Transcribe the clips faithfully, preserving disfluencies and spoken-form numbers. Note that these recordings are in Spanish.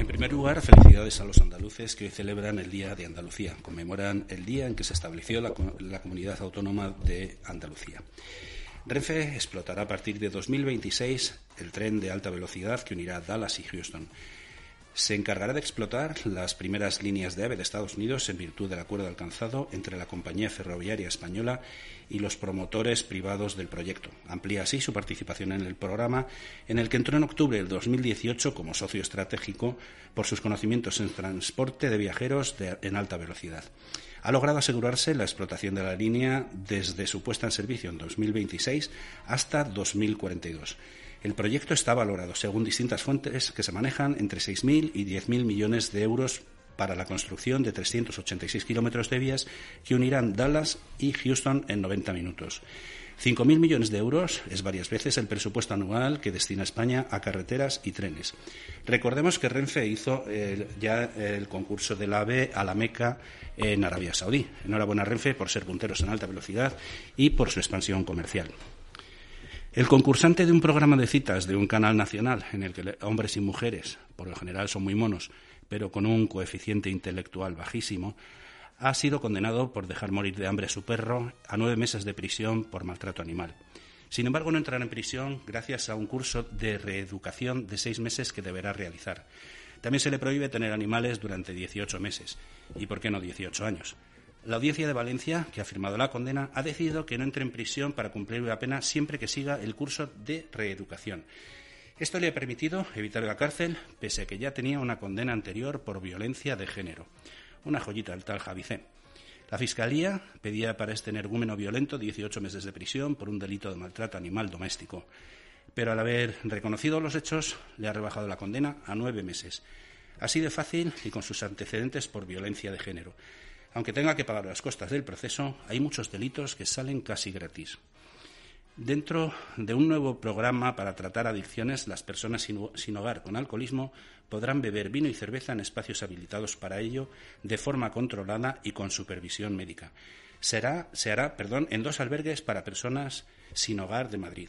En primer lugar, felicidades a los andaluces que hoy celebran el Día de Andalucía. Conmemoran el día en que se estableció la, la Comunidad Autónoma de Andalucía. Renfe explotará a partir de dos mil veintiséis el tren de alta velocidad que unirá Dallas y Houston. Se encargará de explotar las primeras líneas de AVE de Estados Unidos en virtud del acuerdo alcanzado entre la compañía ferroviaria española y los promotores privados del proyecto. Amplía así su participación en el programa, en el que entró en octubre del dos mil dieciocho como socio estratégico por sus conocimientos en transporte de viajeros de, en alta velocidad. Ha logrado asegurarse la explotación de la línea desde su puesta en servicio en dos mil veintiséis hasta dos mil cuarenta y dos. El proyecto está valorado, según distintas fuentes que se manejan, entre seis mil y diez mil millones de euros para la construcción de trescientos ochenta y seis kilómetros de vías que unirán Dallas y Houston en noventa minutos. cinco mil millones de euros es varias veces el presupuesto anual que destina España a carreteras y trenes. Recordemos que Renfe hizo eh, ya el concurso del AVE a la Meca en Arabia Saudí. Enhorabuena, Renfe, por ser punteros en alta velocidad y por su expansión comercial. El concursante de un programa de citas de un canal nacional en el que hombres y mujeres, por lo general, son muy monos, pero con un coeficiente intelectual bajísimo, ha sido condenado por dejar morir de hambre a su perro a nueve meses de prisión por maltrato animal. Sin embargo, no entrará en prisión gracias a un curso de reeducación de seis meses que deberá realizar. También se le prohíbe tener animales durante dieciocho meses. ¿Y por qué no dieciocho años? La Audiencia de Valencia, que ha firmado la condena, ha decidido que no entre en prisión para cumplir la pena siempre que siga el curso de reeducación. Esto le ha permitido evitar la cárcel, pese a que ya tenía una condena anterior por violencia de género. Una joyita del tal Javi C. La Fiscalía pedía para este energúmeno violento dieciocho meses de prisión por un delito de maltrato animal doméstico. Pero al haber reconocido los hechos, le ha rebajado la condena a nueve meses. Así de fácil y con sus antecedentes por violencia de género. Aunque tenga que pagar las costas del proceso, hay muchos delitos que salen casi gratis. Dentro de un nuevo programa para tratar adicciones, las personas sin, sin hogar con alcoholismo podrán beber vino y cerveza en espacios habilitados para ello de forma controlada y con supervisión médica. Será, se hará perdón, en dos albergues para personas sin hogar de Madrid.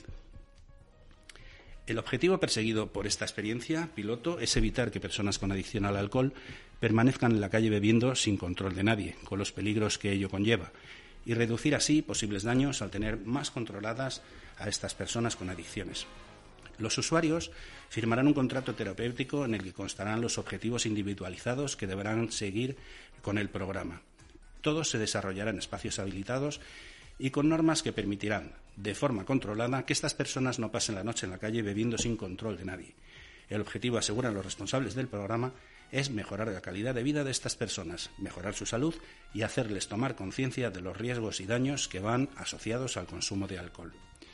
El objetivo perseguido por esta experiencia piloto es evitar que personas con adicción al alcohol permanezcan en la calle bebiendo sin control de nadie, con los peligros que ello conlleva, y reducir así posibles daños al tener más controladas a estas personas con adicciones. Los usuarios firmarán un contrato terapéutico en el que constarán los objetivos individualizados que deberán seguir con el programa. Todo se desarrollará en espacios habilitados y con normas que permitirán, de forma controlada, que estas personas no pasen la noche en la calle bebiendo sin control de nadie. El objetivo, aseguran los responsables del programa, es mejorar la calidad de vida de estas personas, mejorar su salud y hacerles tomar conciencia de los riesgos y daños que van asociados al consumo de alcohol.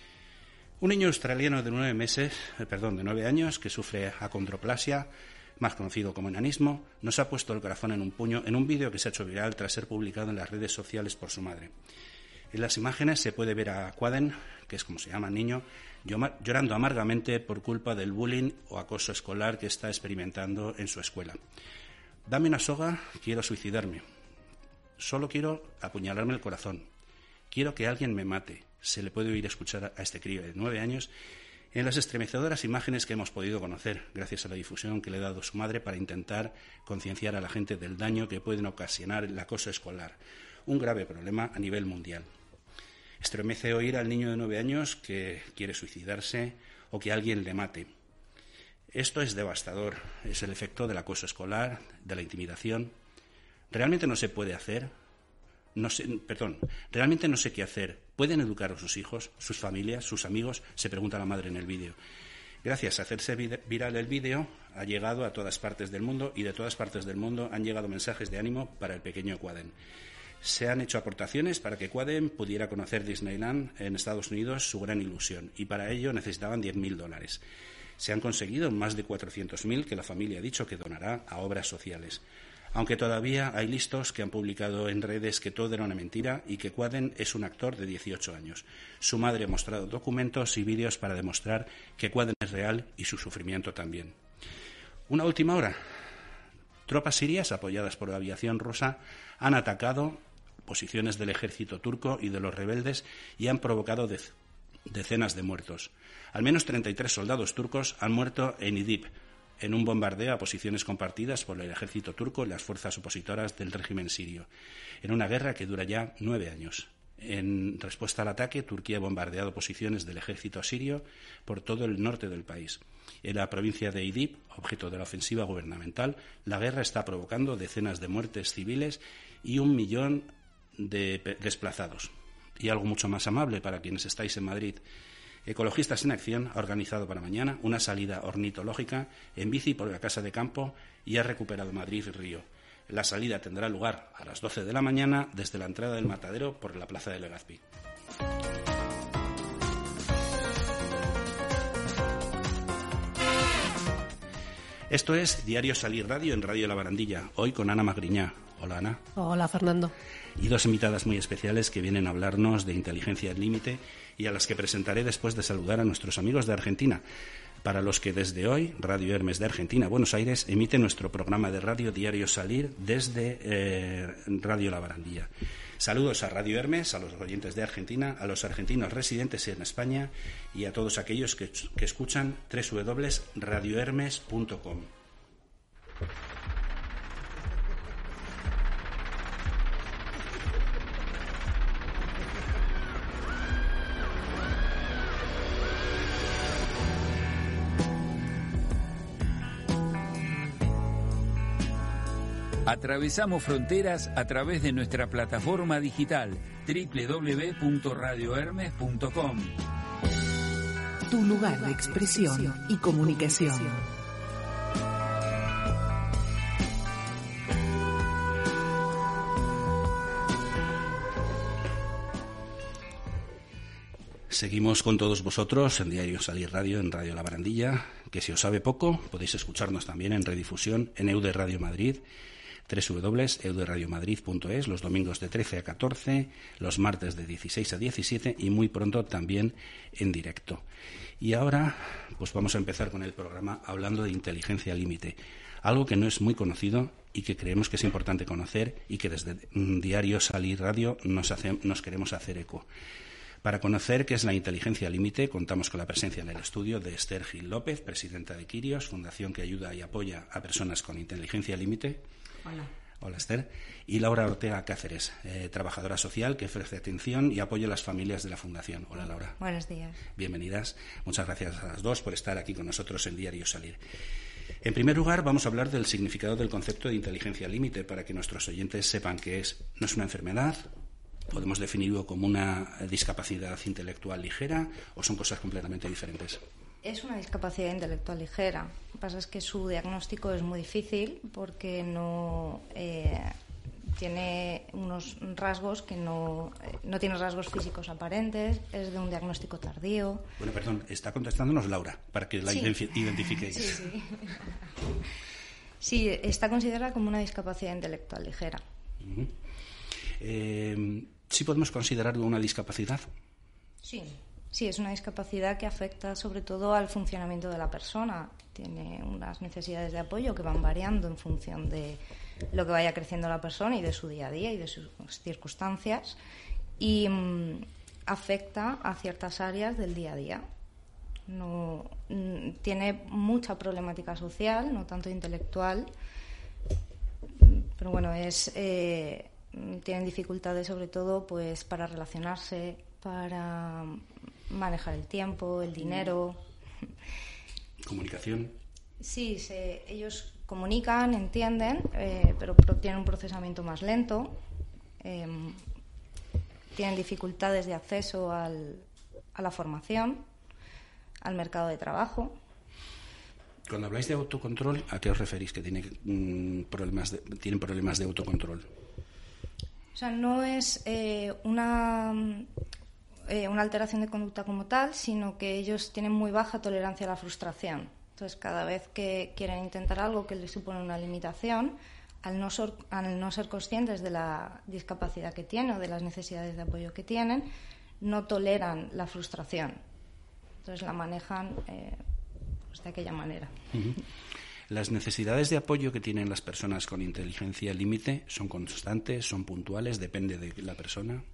Un niño australiano de nueve meses, eh, perdón, de nueve años, que sufre acondroplasia, más conocido como enanismo, nos ha puesto el corazón en un puño en un vídeo que se ha hecho viral tras ser publicado en las redes sociales por su madre. En las imágenes se puede ver a Quaden, que es como se llama el niño, llorando amargamente por culpa del bullying o acoso escolar que está experimentando en su escuela. Dame una soga, quiero suicidarme. Solo quiero apuñalarme el corazón. Quiero que alguien me mate. Se le puede oír escuchar a este crío de nueve años en las estremecedoras imágenes que hemos podido conocer, gracias a la difusión que le ha dado su madre para intentar concienciar a la gente del daño que pueden ocasionar el acoso escolar. Un grave problema a nivel mundial. Estremece oír al niño de nueve años que quiere suicidarse o que alguien le mate. Esto es devastador. Es el efecto del acoso escolar, de la intimidación. ¿Realmente no se puede hacer? No sé, perdón, realmente no sé qué hacer. ¿Pueden educar a sus hijos, sus familias, sus amigos? Se pregunta la madre en el vídeo. Gracias a hacerse viral el vídeo, ha llegado a todas partes del mundo y de todas partes del mundo han llegado mensajes de ánimo para el pequeño Quaden. Se han hecho aportaciones para que Quaden pudiera conocer Disneyland en Estados Unidos, su gran ilusión, y para ello necesitaban diez mil dólares. Se han conseguido más de cuatrocientos mil que la familia ha dicho que donará a obras sociales. Aunque todavía hay listos que han publicado en redes que todo era una mentira y que Quaden es un actor de dieciocho años. Su madre ha mostrado documentos y vídeos para demostrar que Quaden es real y su sufrimiento también. Una última hora. Tropas sirias, apoyadas por la aviación rusa, han atacado posiciones del ejército turco y de los rebeldes y han provocado decenas de muertos. Al menos treinta y tres soldados turcos han muerto en Idlib, en un bombardeo a posiciones compartidas por el ejército turco y las fuerzas opositoras del régimen sirio, en una guerra que dura ya nueve años. En respuesta al ataque, Turquía ha bombardeado posiciones del ejército sirio por todo el norte del país. En la provincia de Idlib, objeto de la ofensiva gubernamental, la guerra está provocando decenas de muertes civiles y un millón de desplazados. Y algo mucho más amable para quienes estáis en Madrid. Ecologistas en Acción ha organizado para mañana una salida ornitológica en bici por la Casa de Campo y ha recuperado Madrid Río. La salida tendrá lugar a las doce de la mañana desde la entrada del Matadero por la Plaza de Legazpi. Esto es Diario Salir Radio en Radio La Barandilla, hoy con Ana Magriñá. Hola, Ana. Hola, Fernando. Y dos invitadas muy especiales que vienen a hablarnos de inteligencia al límite y a las que presentaré después de saludar a nuestros amigos de Argentina, para los que desde hoy Radio Hermes de Argentina, Buenos Aires, emite nuestro programa de radio Diario Salir desde eh, Radio La Barandilla. Saludos a Radio Hermes, a los oyentes de Argentina, a los argentinos residentes en España y a todos aquellos que, que escuchan doble u doble u doble u punto radio hermes punto com. Atravesamos fronteras a través de nuestra plataforma digital doble u doble u doble u punto radio hermes punto com. Tu lugar de expresión y comunicación. Seguimos con todos vosotros en Diario Salir Radio, en Radio La Barandilla, que si os sabe poco, podéis escucharnos también en redifusión en E U D Radio Madrid, doble u doble u doble u punto e u de radio madrid punto es, los domingos de trece a catorce, los martes de dieciséis a diecisiete y muy pronto también en directo. Y ahora pues vamos a empezar con el programa hablando de inteligencia límite, algo que no es muy conocido y que creemos que es importante conocer y que desde Diario Salir Radio nos, hace, nos queremos hacer eco. Para conocer qué es la inteligencia límite, contamos con la presencia en el estudio de Esther Gil López, presidenta de Quirios, fundación que ayuda y apoya a personas con inteligencia límite. Hola. Hola, Esther. Y Laura Ortega Cáceres, eh, trabajadora social que ofrece atención y apoyo a las familias de la Fundación. Hola, Laura. Buenos días. Bienvenidas. Muchas gracias a las dos por estar aquí con nosotros en Diario Salir. En primer lugar, vamos a hablar del significado del concepto de inteligencia límite para que nuestros oyentes sepan que es, no es una enfermedad. ¿Podemos definirlo como una discapacidad intelectual ligera o son cosas completamente diferentes? Es una discapacidad intelectual ligera. Lo que pasa es que su diagnóstico es muy difícil porque no eh, tiene unos rasgos que no, eh, no tiene rasgos físicos aparentes, es de un diagnóstico tardío. Bueno, perdón, está contestándonos Laura, para que la sí. identifiquéis. Sí, sí. Sí, está considerada como una discapacidad intelectual ligera. Uh-huh. Eh, ¿Sí podemos considerarlo una discapacidad? Sí, sí, es una discapacidad que afecta sobre todo al funcionamiento de la persona. Tiene unas necesidades de apoyo que van variando en función de lo que vaya creciendo la persona y de su día a día y de sus circunstancias. Y mmm, afecta a ciertas áreas del día a día. No, mmm, tiene mucha problemática social, no tanto intelectual, pero bueno, es... Eh, tienen dificultades sobre todo pues para relacionarse, para manejar el tiempo, el dinero. ¿Comunicación? Sí, se, ellos comunican, entienden, eh, pero pro, tienen un procesamiento más lento, eh, tienen dificultades de acceso al, a la formación, al mercado de trabajo. Cuando habláis de autocontrol, ¿a qué os referís? ¿Que tiene, mmm, problemas de, tienen problemas de autocontrol? O sea, no es eh, una, eh, una alteración de conducta como tal, sino que ellos tienen muy baja tolerancia a la frustración. Entonces, cada vez que quieren intentar algo que les supone una limitación, al no, ser, al no ser conscientes de la discapacidad que tienen o de las necesidades de apoyo que tienen, no toleran la frustración. Entonces, la manejan eh, pues de aquella manera. Uh-huh. ¿Las necesidades de apoyo que tienen las personas con inteligencia límite son constantes, son puntuales, depende de la persona?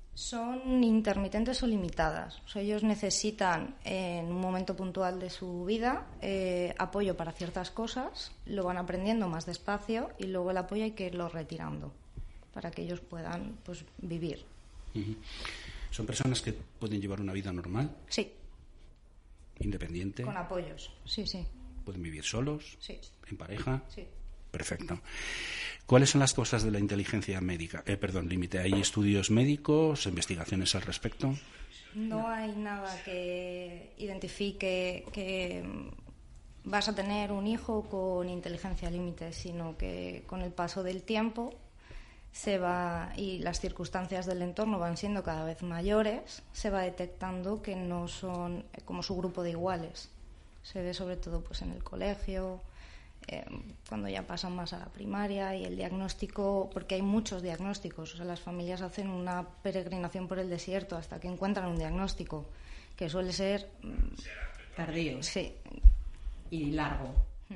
Son intermitentes o limitadas. O sea, ellos necesitan en un momento puntual de su vida eh, apoyo para ciertas cosas, lo van aprendiendo más despacio y luego el apoyo hay que irlo retirando para que ellos puedan pues vivir. Uh-huh. ¿Son personas que pueden llevar una vida normal? Sí. ¿Independiente? Con apoyos, sí, sí. ¿Pueden vivir solos? Sí. ¿En pareja? Sí. Perfecto. ¿Cuáles son las cosas de la inteligencia médica? Eh, perdón, límite. ¿Hay estudios médicos, investigaciones al respecto? No hay nada que identifique que vas a tener un hijo con inteligencia límite, sino que con el paso del tiempo se va y las circunstancias del entorno van siendo cada vez mayores, se va detectando que no son como su grupo de iguales. Se ve sobre todo pues en el colegio, eh, cuando ya pasan más a la primaria y el diagnóstico, porque hay muchos diagnósticos, o sea, las familias hacen una peregrinación por el desierto hasta que encuentran un diagnóstico, que suele ser tardío. Sí. Y largo.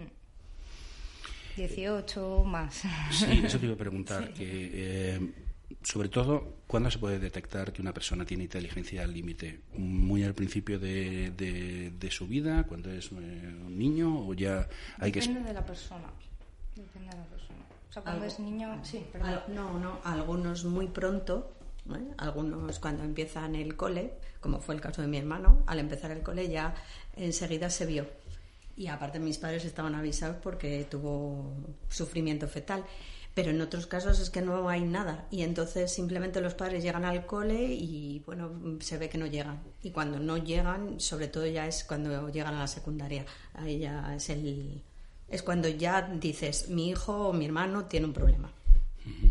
dieciocho más. Sí, eso te iba a preguntar, sí. que eh, sobre todo, ¿cuándo se puede detectar que una persona tiene inteligencia al límite? ¿Muy al principio de, de, de su vida, cuando es eh, un niño, o ya hay Depende que...? Depende de la persona. Depende de la persona. O sea, cuando Algo, es niño... Sí, perdón. Al, no, no, algunos muy pronto, ¿eh? Algunos cuando empiezan el cole, como fue el caso de mi hermano, al empezar el cole ya enseguida se vio. Y aparte mis padres estaban avisados porque tuvo sufrimiento fetal. Pero en otros casos es que no hay nada. Y entonces simplemente los padres llegan al cole y, bueno, se ve que no llegan. Y cuando no llegan, sobre todo ya es cuando llegan a la secundaria. Ahí ya es el... es cuando ya dices, mi hijo o mi hermano tiene un problema. Uh-huh.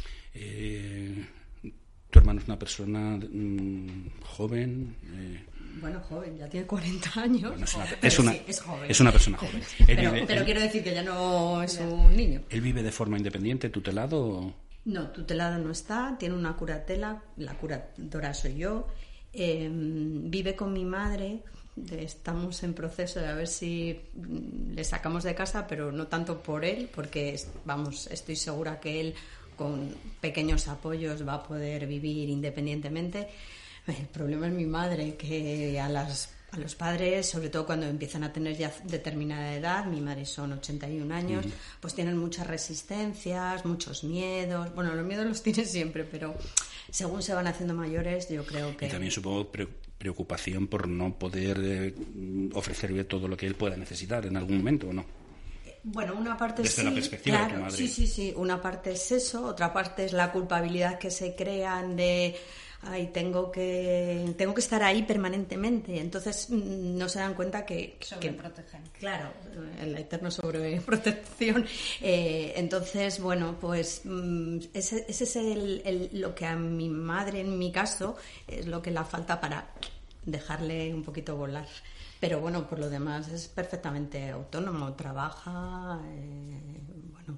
Eh, ¿Tu hermano es una persona mmm, joven? Eh... Bueno, joven, ya tiene cuarenta años. Bueno, es, una, es, una, sí, es, joven. es una persona joven. Pero, vive, pero él, quiero decir que ya no es un niño. ¿Él vive de forma independiente, tutelado? O... No, tutelado no está, tiene una curatela, la curadora soy yo. Eh, vive con mi madre, estamos en proceso de a ver si le sacamos de casa, pero no tanto por él, porque vamos, estoy segura que él con pequeños apoyos va a poder vivir independientemente. El problema es mi madre, que a, las, a los padres, sobre todo cuando empiezan a tener ya determinada edad, mi madre son ochenta y un años, uh-huh. pues tienen muchas resistencias, muchos miedos. Bueno, los miedos los tienen siempre, pero según se van haciendo mayores, yo creo que... Y también supongo pre- preocupación por no poder eh, ofrecerle todo lo que él pueda necesitar en algún momento, ¿o no? Bueno, una parte Desde sí, la perspectiva claro, de tu madre. sí, sí, sí. Una parte es eso, otra parte es la culpabilidad que se crean de... Ay, tengo que tengo que estar ahí permanentemente. Entonces no se dan cuenta que... Sobreprotegen. Que, claro, el eterno sobreprotección. Eh, entonces, bueno, pues ese, ese es el, el, lo que a mi madre, en mi caso, es lo que le falta para dejarle un poquito volar. Pero bueno, por lo demás es perfectamente autónomo, trabaja, eh, bueno,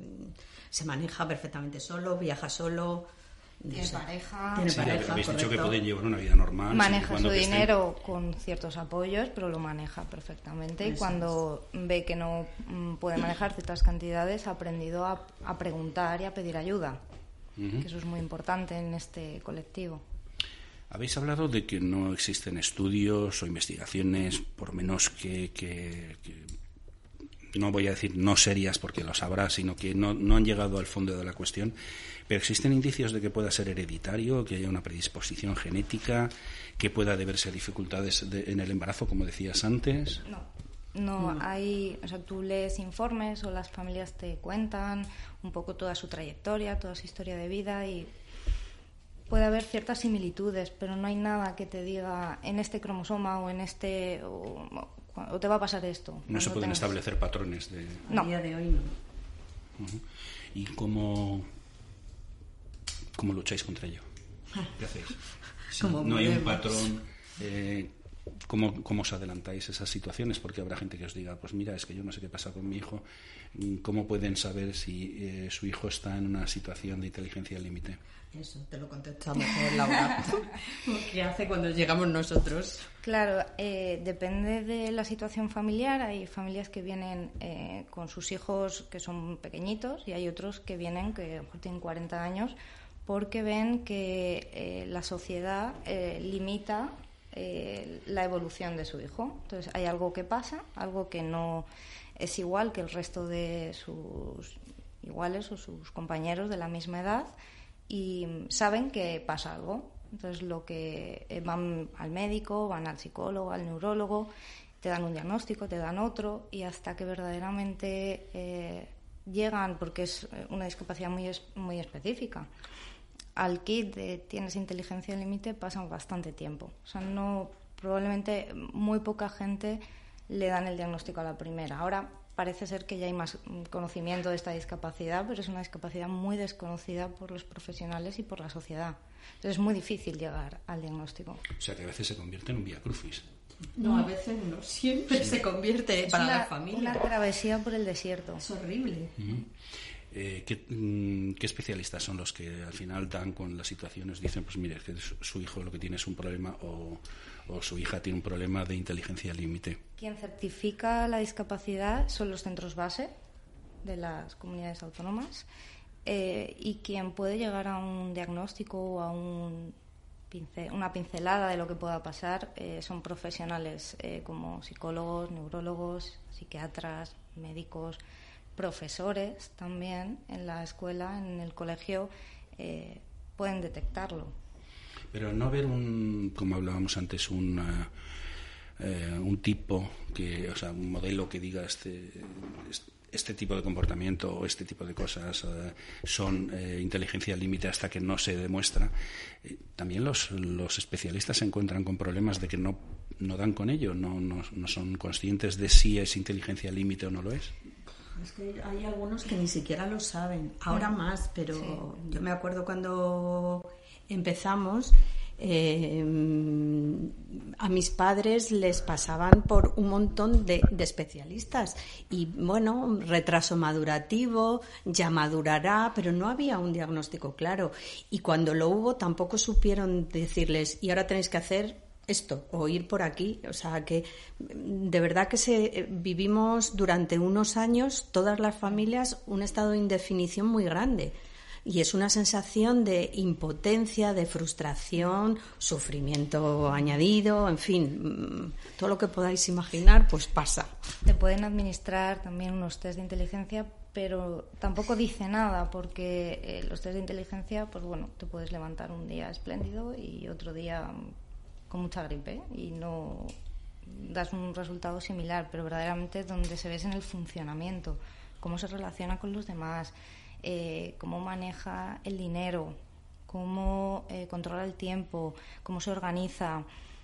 se maneja perfectamente solo, viaja solo... Tiene o sea, pareja. Tiene sí, pareja, habéis correcto. dicho que pueden llevar una vida normal. Maneja su dinero estén... con ciertos apoyos, pero lo maneja perfectamente. Eso y cuando es. ve que no mm, puede manejar ciertas cantidades, ha aprendido a, a preguntar y a pedir ayuda. Uh-huh. Que eso es muy importante en este colectivo. Habéis hablado de que no existen estudios o investigaciones, por menos que, que, que no voy a decir no serias porque lo sabrás, sino que no, no han llegado al fondo de la cuestión. Pero existen indicios de que pueda ser hereditario, que haya una predisposición genética, que pueda deberse a dificultades de, en el embarazo, como decías antes. No, no, no hay, o sea, tú lees informes o las familias te cuentan un poco toda su trayectoria, toda su historia de vida y puede haber ciertas similitudes, pero no hay nada que te diga en este cromosoma o en este o, o te va a pasar esto. No se pueden tengas... establecer patrones de. No. A día de hoy no. Uh-huh. ¿Y cómo cómo lucháis contra ello? ¿Qué hacéis? Si no podemos? Hay un patrón. Eh, ¿cómo, ¿Cómo os adelantáis esas situaciones? Porque habrá gente que os diga, pues mira, es que yo no sé qué pasa con mi hijo. ¿Cómo pueden saber si eh, su hijo está en una situación de inteligencia límite? Eso, te lo contesta mejor Laura. ¿Qué hace cuando llegamos nosotros? Claro, eh, depende de la situación familiar. Hay familias que vienen eh, con sus hijos que son pequeñitos y hay otros que vienen que a lo mejor tienen cuarenta años porque ven que eh, la sociedad eh, limita eh, la evolución de su hijo. Entonces hay algo que pasa, algo que no es igual que el resto de sus iguales o sus compañeros de la misma edad, y saben que pasa algo. Entonces lo que eh, van al médico, van al psicólogo, al neurólogo, te dan un diagnóstico, te dan otro, y hasta que verdaderamente eh, llegan, porque es una discapacidad muy, es, muy específica, al kit de tienes inteligencia límite, pasan bastante tiempo. O sea, no, probablemente muy poca gente le dan el diagnóstico a la primera. Ahora parece ser que ya hay más conocimiento de esta discapacidad, pero es una discapacidad muy desconocida por los profesionales y por la sociedad. Entonces es muy difícil llegar al diagnóstico. O sea, que a veces se convierte en un vía crucis. No, a veces no, siempre sí. se convierte es para una, la familia. Una travesía por el desierto. Es horrible. Uh-huh. Eh, ¿qué, mm, ¿Qué especialistas son los que al final dan con las situaciones? Dicen, pues mire, que su, su hijo lo que tiene es un problema, o, o su hija tiene un problema de inteligencia límite. Quien certifica la discapacidad son los centros base de las comunidades autónomas, eh, y quien puede llegar a un diagnóstico o a un pincel, una pincelada de lo que pueda pasar eh, son profesionales eh, como psicólogos, neurólogos, psiquiatras, médicos, profesores también en la escuela, en el colegio, eh, pueden detectarlo. Pero no ver un, como hablábamos antes, un, uh, eh, un tipo, que, o sea, un modelo que diga este, este tipo de comportamiento o este tipo de cosas uh, son eh, inteligencia límite hasta que no se demuestra. Eh, también los, los especialistas se encuentran con problemas de que no, no dan con ello, no, no, no son conscientes de si es inteligencia límite o no lo es. Es que hay algunos que ni siquiera lo saben, ahora más, pero sí. Yo me acuerdo cuando empezamos, eh, a mis padres les pasaban por un montón de, de especialistas y bueno, retraso madurativo, ya madurará, pero no había un diagnóstico claro, y cuando lo hubo tampoco supieron decirles, y ahora tenéis que hacer esto o ir por aquí. O sea, que de verdad que se vivimos durante unos años todas las familias un estado de indefinición muy grande, y es una sensación de impotencia, de frustración, sufrimiento añadido, en fin, todo lo que podáis imaginar pues pasa. Te pueden administrar también unos test de inteligencia, pero tampoco dice nada, porque eh, los test de inteligencia, pues bueno, te puedes levantar un día espléndido y otro día con mucha gripe y no das un resultado similar, pero verdaderamente donde se ve es en el funcionamiento, cómo se relaciona con los demás, eh, cómo maneja el dinero, cómo eh, controla el tiempo, cómo se organiza,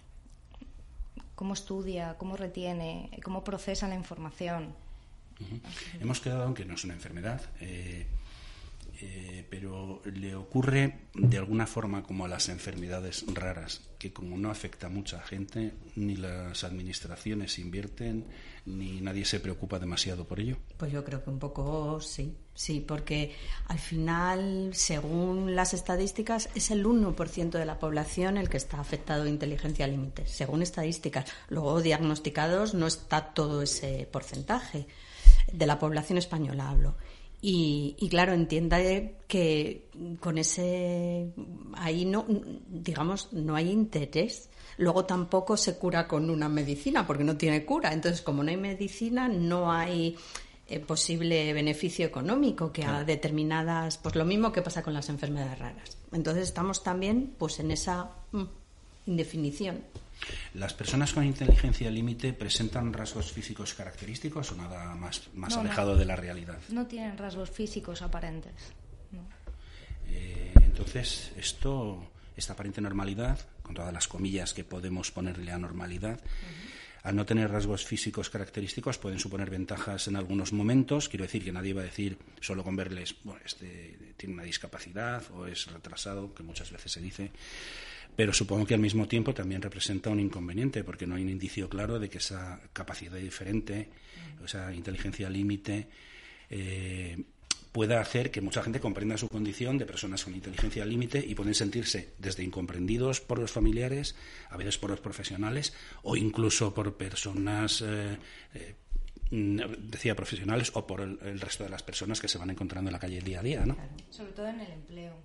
cómo estudia, cómo retiene, cómo procesa la información. Uh-huh. Hemos quedado, aunque no es una enfermedad, eh, eh, pero le ocurre de alguna forma como a las enfermedades raras, que como no afecta a mucha gente, ni las administraciones invierten, ni nadie se preocupa demasiado por ello. Pues yo creo que un poco sí, sí, porque al final, según las estadísticas, es el uno por ciento de la población el que está afectado de inteligencia límite, según estadísticas. Luego, diagnosticados no está todo ese porcentaje, de la población española hablo. Y, y claro, entienda que con ese ahí no, digamos, no hay interés. Luego tampoco se cura con una medicina porque no tiene cura. Entonces, como no hay medicina, no hay eh, posible beneficio económico que claro. A determinadas, pues lo mismo que pasa con las enfermedades raras. Entonces estamos también pues en esa mm, indefinición. ¿Las personas con inteligencia límite presentan rasgos físicos característicos o nada más, más no, alejado no, de la realidad? No tienen rasgos físicos aparentes. No. Eh, entonces, esto, esta aparente normalidad, con todas las comillas que podemos ponerle a normalidad, uh-huh. Al no tener rasgos físicos característicos pueden suponer ventajas en algunos momentos. Quiero decir que nadie va a decir solo con verles, bueno, este tiene una discapacidad o es retrasado, que muchas veces se dice. Pero supongo que al mismo tiempo también representa un inconveniente, porque no hay un indicio claro de que esa capacidad diferente, o esa inteligencia límite, eh, pueda hacer que mucha gente comprenda su condición de personas con inteligencia límite y pueden sentirse desde incomprendidos por los familiares, a veces por los profesionales o incluso por personas, eh, eh, decía profesionales, o por el, el resto de las personas que se van encontrando en la calle día a día, ¿no? Claro. Sobre todo en el empleo.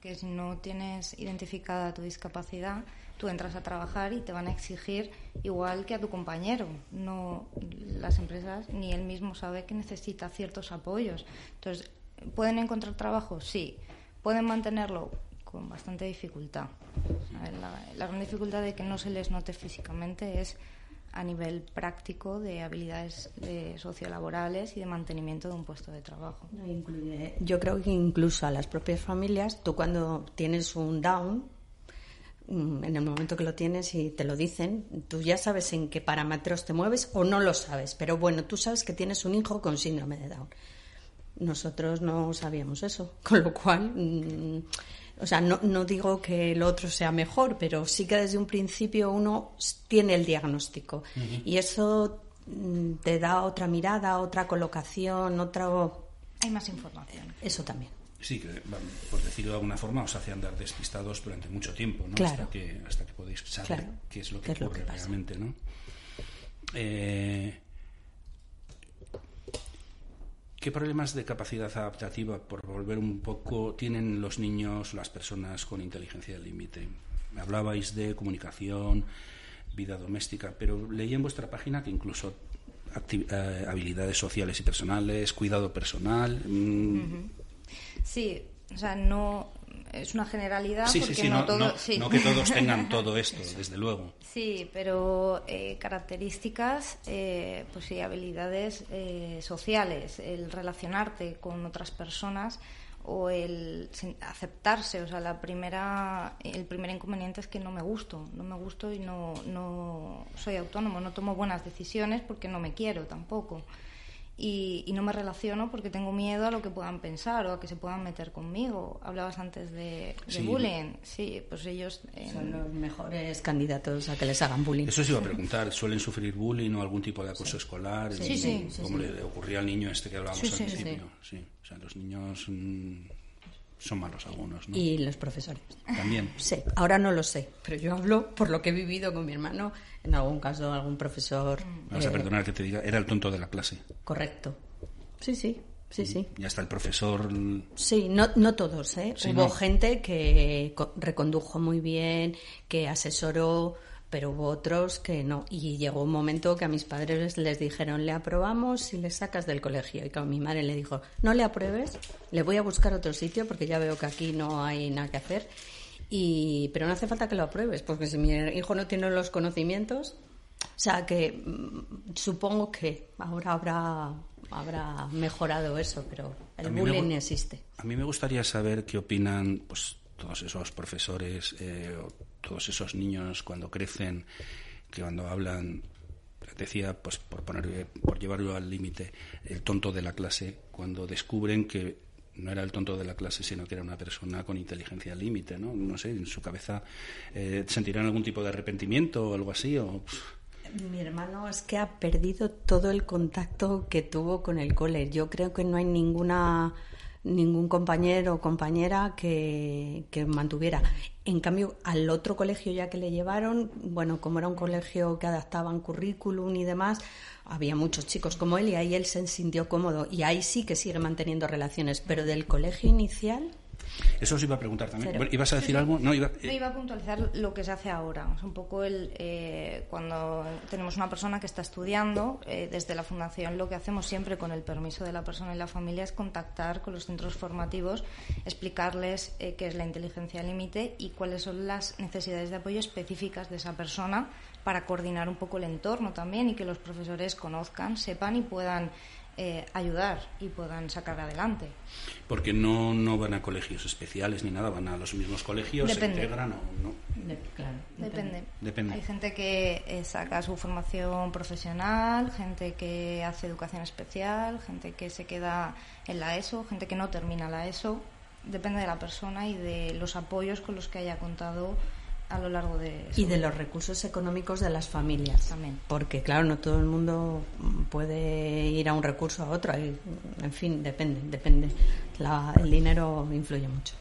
porque si no tienes identificada tu discapacidad, tú entras a trabajar y te van a exigir igual que a tu compañero. No, las empresas ni él mismo sabe que necesita ciertos apoyos. Entonces, ¿pueden encontrar trabajo? Sí. ¿Pueden mantenerlo? Con bastante dificultad. La, la gran dificultad de que no se les note físicamente es a nivel práctico de habilidades de sociolaborales y de mantenimiento de un puesto de trabajo. Yo creo que incluso a las propias familias, tú cuando tienes un down, en el momento que lo tienes y te lo dicen, tú ya sabes en qué parámetros te mueves o no lo sabes, pero bueno, tú sabes que tienes un hijo con síndrome de Down. Nosotros no sabíamos eso, con lo cual, mmm, o sea, no, no digo que el otro sea mejor, pero sí que desde un principio uno tiene el diagnóstico. Uh-huh. Y eso mmm, te da otra mirada, otra colocación, otro... Hay más información. Eso también. Sí, que por decirlo de alguna forma os hace andar despistados durante mucho tiempo, ¿no? Claro. Hasta que, hasta que podéis saber claro. qué es lo que ¿Qué ocurre es lo que realmente, ¿no? Eh... ¿Qué problemas de capacidad adaptativa, por volver un poco, tienen los niños, las personas con inteligencia del límite? Me hablabais de comunicación, vida doméstica, pero leí en vuestra página que incluso acti- eh, habilidades sociales y personales, cuidado personal. Mmm... Uh-huh. Sí, o sea, no es una generalidad sí, porque sí, sí, no, no, todo, no, sí. no que todos tengan todo esto, desde luego. Sí, pero eh, características, eh, pues sí, habilidades eh, sociales, el relacionarte con otras personas o el aceptarse. O sea, la primera, el primer inconveniente es que no me gusto, no me gusto y no, no soy autónomo, no tomo buenas decisiones porque no me quiero tampoco. Y, y no me relaciono porque tengo miedo a lo que puedan pensar o a que se puedan meter conmigo. Hablabas antes de, de sí. bullying. Sí, pues ellos... Eh, son los mejores candidatos a que les hagan bullying. Eso os iba a preguntar. ¿Suelen sufrir bullying o algún tipo de acoso sí. escolar? Sí, sí. sí como sí, le ocurría al niño este que hablábamos sí, al sí, principio. Sí. sí. O sea, los niños... Mmm... son malos algunos, ¿no? Y los profesores. También. Sí, ahora no lo sé, pero yo hablo por lo que he vivido con mi hermano. En algún caso, algún profesor... Vas eh, a perdonar que te diga, era el tonto de la clase. Correcto. Sí, sí, sí, sí. Y hasta el profesor... Sí, no, no todos, ¿eh? Sí, hubo no. gente que recondujo muy bien, que asesoró, pero hubo otros que no. Y llegó un momento que a mis padres les dijeron, le aprobamos si le sacas del colegio. Y claro, mi madre le dijo, no le apruebes, le voy a buscar otro sitio porque ya veo que aquí no hay nada que hacer. Y pero no hace falta que lo apruebes, porque si mi hijo no tiene los conocimientos... O sea, que mmm, supongo que ahora habrá... habrá mejorado eso, pero el bullying me, existe. A mí me gustaría saber qué opinan pues todos esos profesores eh, o todos esos niños cuando crecen, que cuando hablan, decía, pues por poner, por llevarlo al límite, el tonto de la clase, cuando descubren que no era el tonto de la clase, sino que era una persona con inteligencia al límite, ¿no? No sé, en su cabeza eh, sentirán algún tipo de arrepentimiento o algo así, o... Mi hermano es que ha perdido todo el contacto que tuvo con el cole. Yo creo que no hay ninguna ningún compañero o compañera que, que mantuviera. En cambio, al otro colegio ya que le llevaron, bueno, como era un colegio que adaptaban currículum y demás, había muchos chicos como él y ahí él se sintió cómodo. Y ahí sí que sigue manteniendo relaciones, pero del colegio inicial... Eso os iba a preguntar también. Cero. ¿Ibas a decir sí, sí. algo? No, iba, eh. no, iba a puntualizar lo que se hace ahora. Es un poco el eh, cuando tenemos una persona que está estudiando, eh, desde la Fundación lo que hacemos siempre con el permiso de la persona y la familia es contactar con los centros formativos, explicarles eh, qué es la inteligencia límite y cuáles son las necesidades de apoyo específicas de esa persona para coordinar un poco el entorno también y que los profesores conozcan, sepan y puedan Eh, ayudar y puedan sacar adelante. Porque no, no van a colegios especiales ni nada, van a los mismos colegios, depende. Se integran o no. De, claro, depende. depende. Hay gente que eh, saca su formación profesional, gente que hace educación especial, gente que se queda en la ESO, gente que no termina la ESO. Depende de la persona y de los apoyos con los que haya contado a lo largo de y de los recursos económicos de las familias también, porque claro, no todo el mundo puede ir a un recurso a otro, en fin, depende depende la, el dinero influye mucho.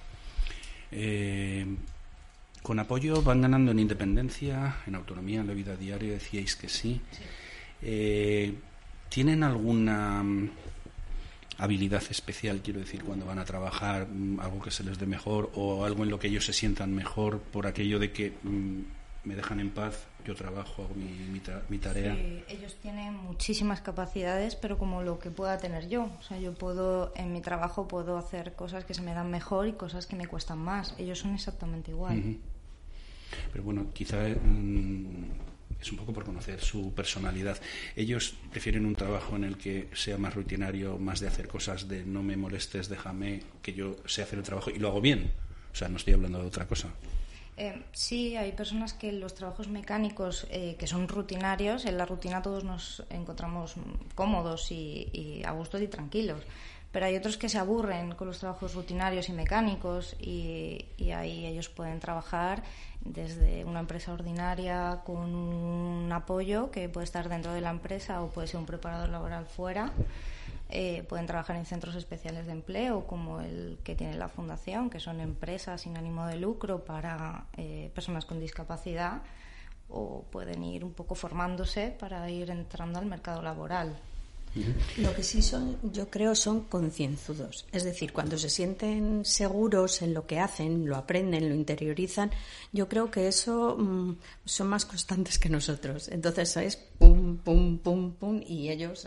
Eh, con apoyo van ganando en independencia, en autonomía, en la vida diaria, decíais que sí, sí. Eh, ¿tienen alguna habilidad especial, quiero decir, cuando van a trabajar, algo que se les dé mejor o algo en lo que ellos se sientan mejor por aquello de que mmm, me dejan en paz, yo trabajo, hago mi, mi, ta- mi tarea. Sí, ellos tienen muchísimas capacidades, pero como lo que pueda tener yo. O sea, yo puedo, en mi trabajo puedo hacer cosas que se me dan mejor y cosas que me cuestan más. Ellos son exactamente igual. Uh-huh. Pero bueno, quizá mmm, es un poco por conocer su personalidad. Ellos prefieren un trabajo en el que sea más rutinario, más de hacer cosas de no me molestes, déjame que yo sé hacer el trabajo y lo hago bien. O sea, no estoy hablando de otra cosa. Eh, sí, hay personas que los trabajos mecánicos eh, que son rutinarios, en la rutina todos nos encontramos cómodos y, y a gusto y tranquilos, pero hay otros que se aburren con los trabajos rutinarios y mecánicos y, y ahí ellos pueden trabajar desde una empresa ordinaria con un apoyo que puede estar dentro de la empresa o puede ser un preparador laboral fuera. Eh, pueden trabajar en centros especiales de empleo como el que tiene la Fundación, que son empresas sin ánimo de lucro para eh, personas con discapacidad, o pueden ir un poco formándose para ir entrando al mercado laboral. Lo que sí son, yo creo, son concienzudos. Es decir, cuando se sienten seguros en lo que hacen, lo aprenden, lo interiorizan, yo creo que eso mmm, son más constantes que nosotros. Entonces es pum, pum, pum, pum, y ellos,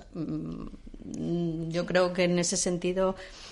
mmm, yo creo que en ese sentido,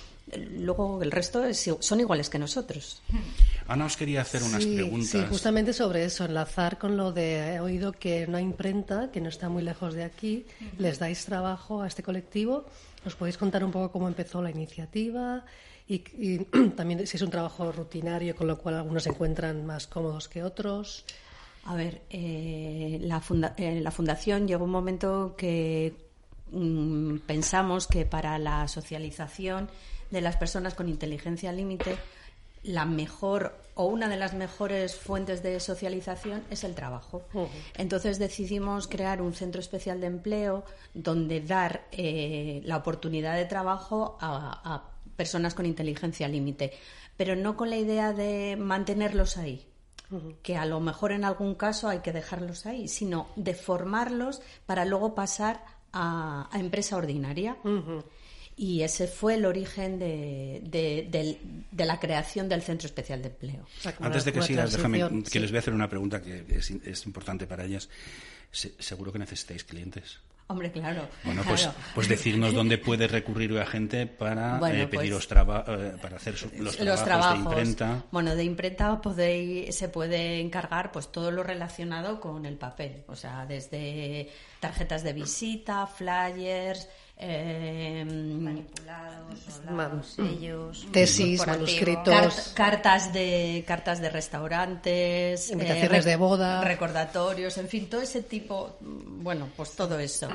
luego el resto es, son iguales que nosotros. Ana os quería hacer unas sí, preguntas. Sí, justamente sobre eso, enlazar con lo de, he oído que una imprenta, que no está muy lejos de aquí, uh-huh. les dais trabajo a este colectivo. ¿Os podéis contar un poco cómo empezó la iniciativa? Y, y también si es un trabajo rutinario, con lo cual algunos se encuentran más cómodos que otros. A ver, eh, la, funda- eh, la fundación llegó un momento que mmm, pensamos que para la socialización de las personas con inteligencia límite, la mejor o una de las mejores fuentes de socialización es el trabajo. Uh-huh. Entonces decidimos crear un centro especial de empleo donde dar eh, la oportunidad de trabajo a, a personas con inteligencia límite, pero no con la idea de mantenerlos ahí, uh-huh. que a lo mejor en algún caso hay que dejarlos ahí, sino de formarlos para luego pasar a, a empresa ordinaria. Uh-huh. Y ese fue el origen de, de, de, de la creación del Centro Especial de Empleo. O sea, Antes de que sigas, déjame que sí. les voy a hacer una pregunta que es, es importante para ellas. Se, ¿Seguro que necesitáis clientes? Hombre, claro. Bueno, claro. pues, pues decirnos dónde puede recurrir a gente para bueno, eh, pediros pues, traba, eh, para hacer su, los, los trabajos, trabajos de imprenta. Bueno, de imprenta podéis, se puede encargar pues todo lo relacionado con el papel, o sea, desde tarjetas de visita, flyers, eh, manipulados, soldados, sellos, tesis, manuscritos, cart- cartas de cartas de restaurantes, invitaciones eh, de boda, recordatorios, en fin, todo ese tipo, bueno, pues todo eso.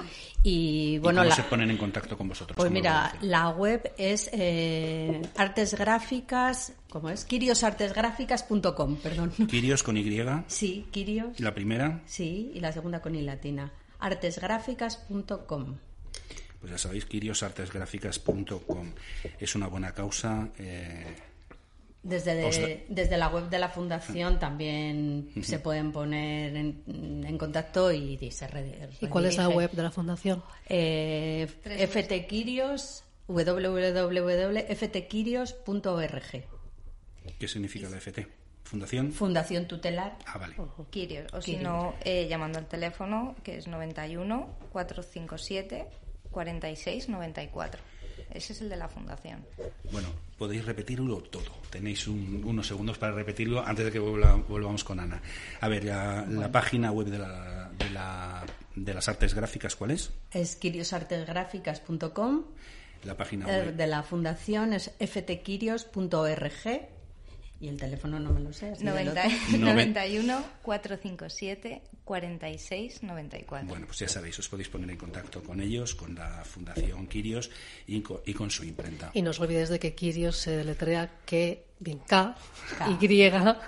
Y bueno, ¿Y cómo la, se ponen en contacto con vosotros? Pues mira, la web es eh, artes gráficas, ¿cómo es? quirios artes gráficas punto com, perdón. ¿Quirios con Y? Sí, Quirios. ¿Y la primera? Sí, y la segunda con I latina. artes gráficas punto com. Pues ya sabéis, quirios artes gráficas punto com. Es una buena causa. Eh, desde, de, desde la web de la Fundación también uh-huh. se pueden poner en, en contacto y, y se redirige. ¿Y cuál es la web de la Fundación? Eh, F T Quirios, doble u doble u doble u punto f t quirios punto org. ¿Qué significa la F T? ¿Fundación? Fundación Tutelar. Ah, vale. Uh-huh. Quirios, o si no, eh, llamando al teléfono, que es noventa y uno, cuatrocientos cincuenta y siete, cuarenta y seis noventa y cuatro. Ese es el de la Fundación. Bueno, podéis repetirlo todo. Tenéis un, unos segundos para repetirlo antes de que vuelva, volvamos con Ana. A ver, la, bueno. la página web de, la, de, la, de las artes gráficas, ¿cuál es? Es quirios artes gráficas punto com. La página web de la Fundación es f t quirios punto org. Y el teléfono no me lo sé. noventa y uno, cuatrocientos cincuenta y siete, cuarenta y seis noventa y cuatro. Bueno, pues ya sabéis, os podéis poner en contacto con ellos, con la Fundación Quirios y con, y con su imprenta. Y no os olvidéis de que Quirios se deletrea que, bien, K, Y,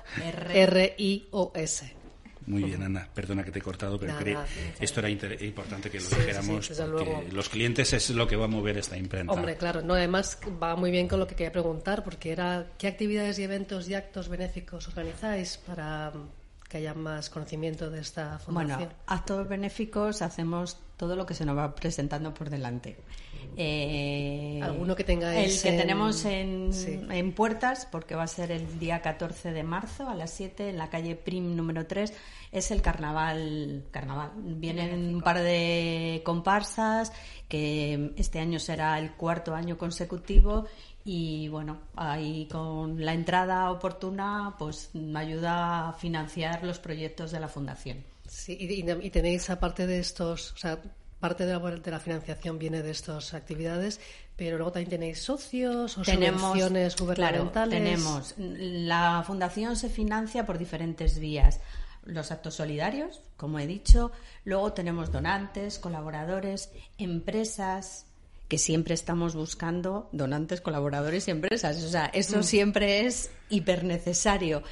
R, I, O, S. Muy bien, Ana, perdona que te he cortado, pero nada, creo nada, esto era inter- importante que lo sí, dijéramos, sí, porque luego. Los clientes es lo que va a mover esta imprenta. Hombre, claro, no, además va muy bien con lo que quería preguntar, porque era ¿qué actividades y eventos y actos benéficos organizáis para que haya más conocimiento de esta fundación? Bueno, actos benéficos hacemos todo lo que se nos va presentando por delante. Eh, ¿Alguno que tengáis? El que en... tenemos en, sí. en puertas, porque va a ser el día catorce de marzo a las siete en la calle Prim número tres, es el carnaval. carnaval. Vienen Benéfico. Un par de comparsas, que este año será el cuarto año consecutivo. Y bueno, ahí con la entrada oportuna pues ayuda a financiar los proyectos de la fundación. Sí, y, y tenéis, aparte de estos, o sea, parte de la, de la financiación viene de estas actividades, pero luego también tenéis socios o tenemos, subvenciones gubernamentales. Claro, tenemos. La fundación se financia por diferentes vías. Los actos solidarios, como he dicho, luego tenemos donantes, colaboradores, empresas, que siempre estamos buscando donantes, colaboradores y empresas. O sea, eso mm. siempre es hiper necesario.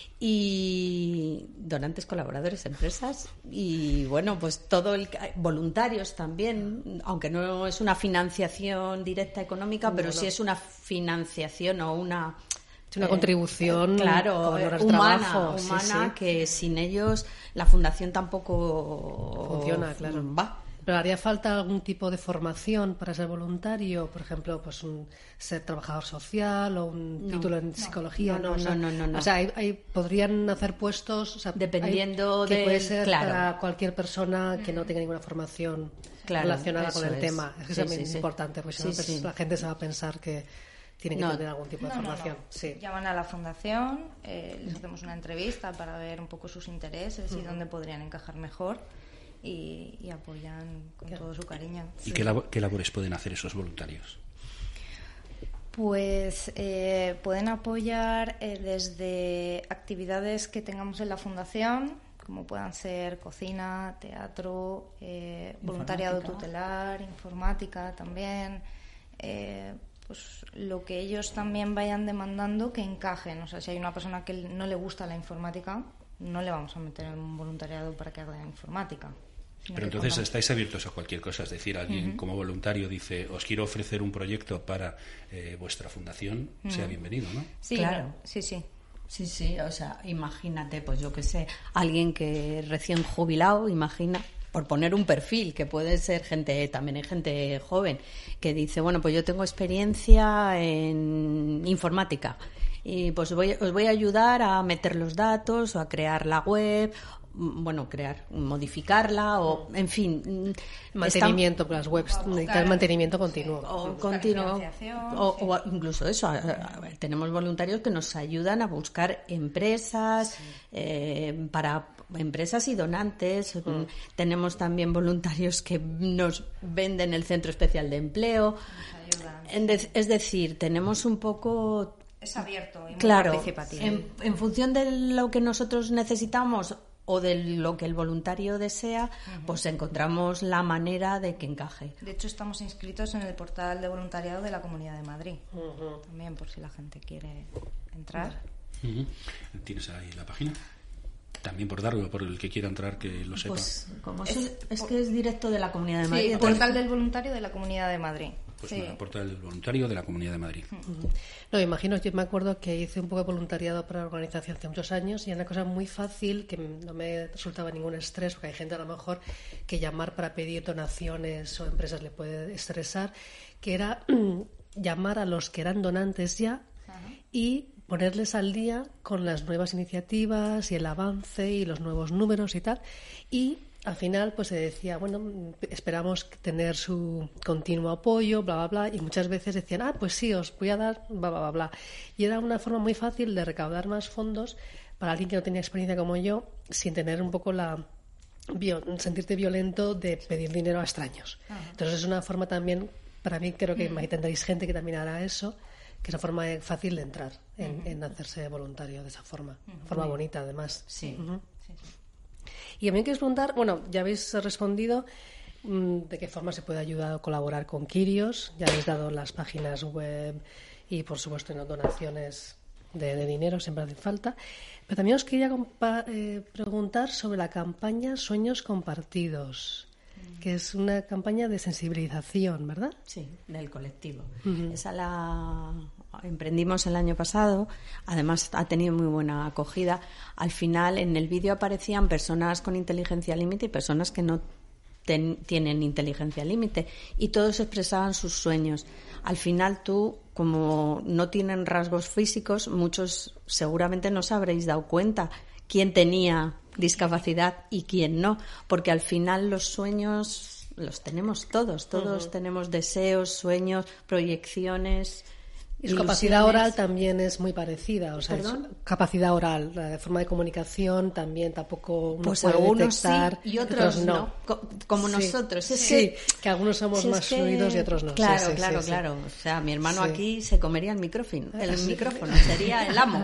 Y donantes, colaboradores, empresas y, bueno, pues todo el... voluntarios también, aunque no es una financiación directa económica, no, pero no. sí es una financiación o una... Es una eh, contribución, claro, humana, trabajo. humana sí, sí. que sin ellos la fundación tampoco funciona, claro. va. ¿Pero haría falta algún tipo de formación para ser voluntario? Por ejemplo, pues un ser trabajador social o un no, título en no, psicología. No, no, o sea, no, no, no. O sea, hay, hay, podrían hacer puestos, o sea, dependiendo hay, que de puede ser claro. para cualquier persona que no tenga ninguna formación claro, relacionada con el es. tema. Es que sí, es sí, importante, porque sí, si no, sí. la gente se va a pensar que tiene que no, tener algún tipo de no, formación. No, no. Sí. Llaman a la fundación, eh, les hacemos una entrevista para ver un poco sus intereses uh-huh. y dónde podrían encajar mejor. Y, y apoyan con todo su cariño. ¿Y sí. qué, labo- qué labores pueden hacer esos voluntarios? Pues eh, pueden apoyar eh, desde actividades que tengamos en la fundación, como puedan ser cocina, teatro, eh, voluntariado tutelar, informática también, eh, pues lo que ellos también vayan demandando que encajen. O sea, si hay una persona que no le gusta la informática, no le vamos a meter en un voluntariado para que haga informática. Pero entonces contamos. Estáis abiertos a cualquier cosa, es decir, alguien uh-huh. como voluntario dice, os quiero ofrecer un proyecto para eh, vuestra fundación, uh-huh. sea bienvenido, ¿no? Sí, claro, sí, sí. Sí, sí, o sea, imagínate, pues yo qué sé, alguien que recién jubilado, imagina, por poner un perfil, que puede ser gente, también hay gente joven, que dice, bueno, pues yo tengo experiencia en informática y pues voy, os voy a ayudar a meter los datos o a crear la web, bueno, crear, modificarla o, en fin... Mantenimiento para las webs, necesitan mantenimiento continuo. Sí, o continuo, o, sí. o incluso eso, a, a ver, tenemos voluntarios que nos ayudan a buscar empresas, sí. eh, para empresas y donantes. Mm. Tenemos también voluntarios que nos venden el Centro Especial de Empleo. En de, es decir, tenemos un poco... Es abierto y muy claro, participativo. En, en función de lo que nosotros necesitamos o de lo que el voluntario desea, uh-huh. pues encontramos la manera de que encaje. De hecho, estamos inscritos en el portal de voluntariado de la Comunidad de Madrid. Uh-huh. También, por si la gente quiere entrar. Uh-huh. ¿Tienes ahí la página? También por darlo, por el que quiera entrar, que lo sepa. Pues como es, es, es que es directo de la Comunidad de sí, Madrid. El portal del voluntario de la Comunidad de Madrid. Pues sí. nada, portal del voluntario de la Comunidad de Madrid. Uh-huh. No, imagino, yo me acuerdo que hice un poco de voluntariado para la organización hace muchos años y era una cosa muy fácil, que no me resultaba ningún estrés, porque hay gente a lo mejor que llamar para pedir donaciones o empresas le puede estresar, que era llamar a los que eran donantes ya uh-huh. y ponerles al día con las nuevas iniciativas y el avance y los nuevos números y tal. Y al final pues se decía, bueno, esperamos tener su continuo apoyo, bla, bla, bla, y muchas veces decían, ah, pues sí, os voy a dar, bla, bla, bla, bla. Y era una forma muy fácil de recaudar más fondos para alguien que no tenía experiencia como yo, sin tener un poco la... sentirte violento de pedir dinero a extraños. Ajá. Entonces es una forma también, para mí creo que ahí tendréis gente que también hará eso, que es una forma fácil de entrar en, uh-huh. en hacerse voluntario de esa forma, uh-huh. forma bonita además. Sí. Uh-huh. sí, sí. Y a mí me quieres preguntar, bueno, ya habéis respondido mmm, de qué forma se puede ayudar o colaborar con Quirios, ya habéis dado las páginas web y por supuesto no, donaciones de, de dinero, siempre hace falta, pero también os quería compa- eh, preguntar sobre la campaña Sueños Compartidos, que es una campaña de sensibilización, ¿verdad? Sí, del colectivo. Uh-huh. Esa la, emprendimos el año pasado, además ha tenido muy buena acogida. Al final en el vídeo aparecían personas con inteligencia límite y personas que no ten, tienen inteligencia límite, y todos expresaban sus sueños. Al final tú, como no tienen rasgos físicos, muchos seguramente no os habréis dado cuenta quién tenía discapacidad y quién no, porque al final los sueños los tenemos todos, todos uh-huh. tenemos deseos, sueños, proyecciones. Y su capacidad oral también es muy parecida, o sea, capacidad oral, la forma de comunicación también tampoco uno pues puede algunos detectar, sí y otros, otros no, no. Co- como sí. nosotros. Es sí, que, que algunos somos si más es que... fluidos y otros no. Claro, sí, sí, claro, sí, claro. Sí. O sea, mi hermano sí. aquí se comería el micrófono, el sí. micrófono, sería el amo.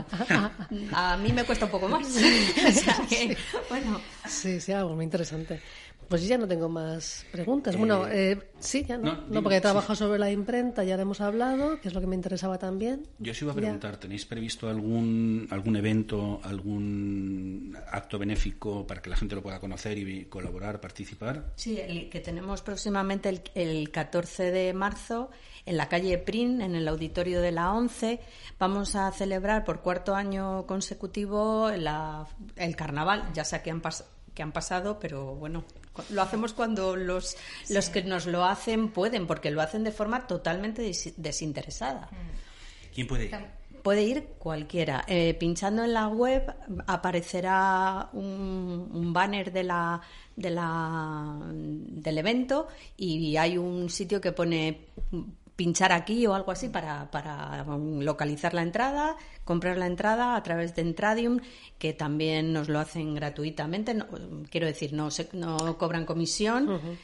A mí me cuesta un poco más. O sea que, bueno. Sí, sí, algo muy interesante. Pues yo ya no tengo más preguntas. Eh, bueno, eh, sí, ya no, no, no porque he trabajado sí. sobre la imprenta, ya lo hemos hablado, que es lo que me interesaba también. Yo os iba a preguntar, ya. ¿Tenéis previsto algún algún evento, algún acto benéfico para que la gente lo pueda conocer y colaborar, participar? Sí, el que tenemos próximamente el, el catorce de marzo en la calle Prin, en el auditorio de la ONCE. Vamos a celebrar por cuarto año consecutivo la, el carnaval, ya sea que han pasado que han pasado, pero bueno, lo hacemos cuando los, sí. los que nos lo hacen pueden, porque lo hacen de forma totalmente des- desinteresada. ¿Quién puede ir? Puede ir cualquiera. Eh, pinchando en la web aparecerá un, un banner de la, de la, del evento y hay un sitio que pone pinchar aquí o algo así para, para localizar la entrada, comprar la entrada a través de Entradium, que también nos lo hacen gratuitamente. No, quiero decir, no, se, no cobran comisión. Uh-huh.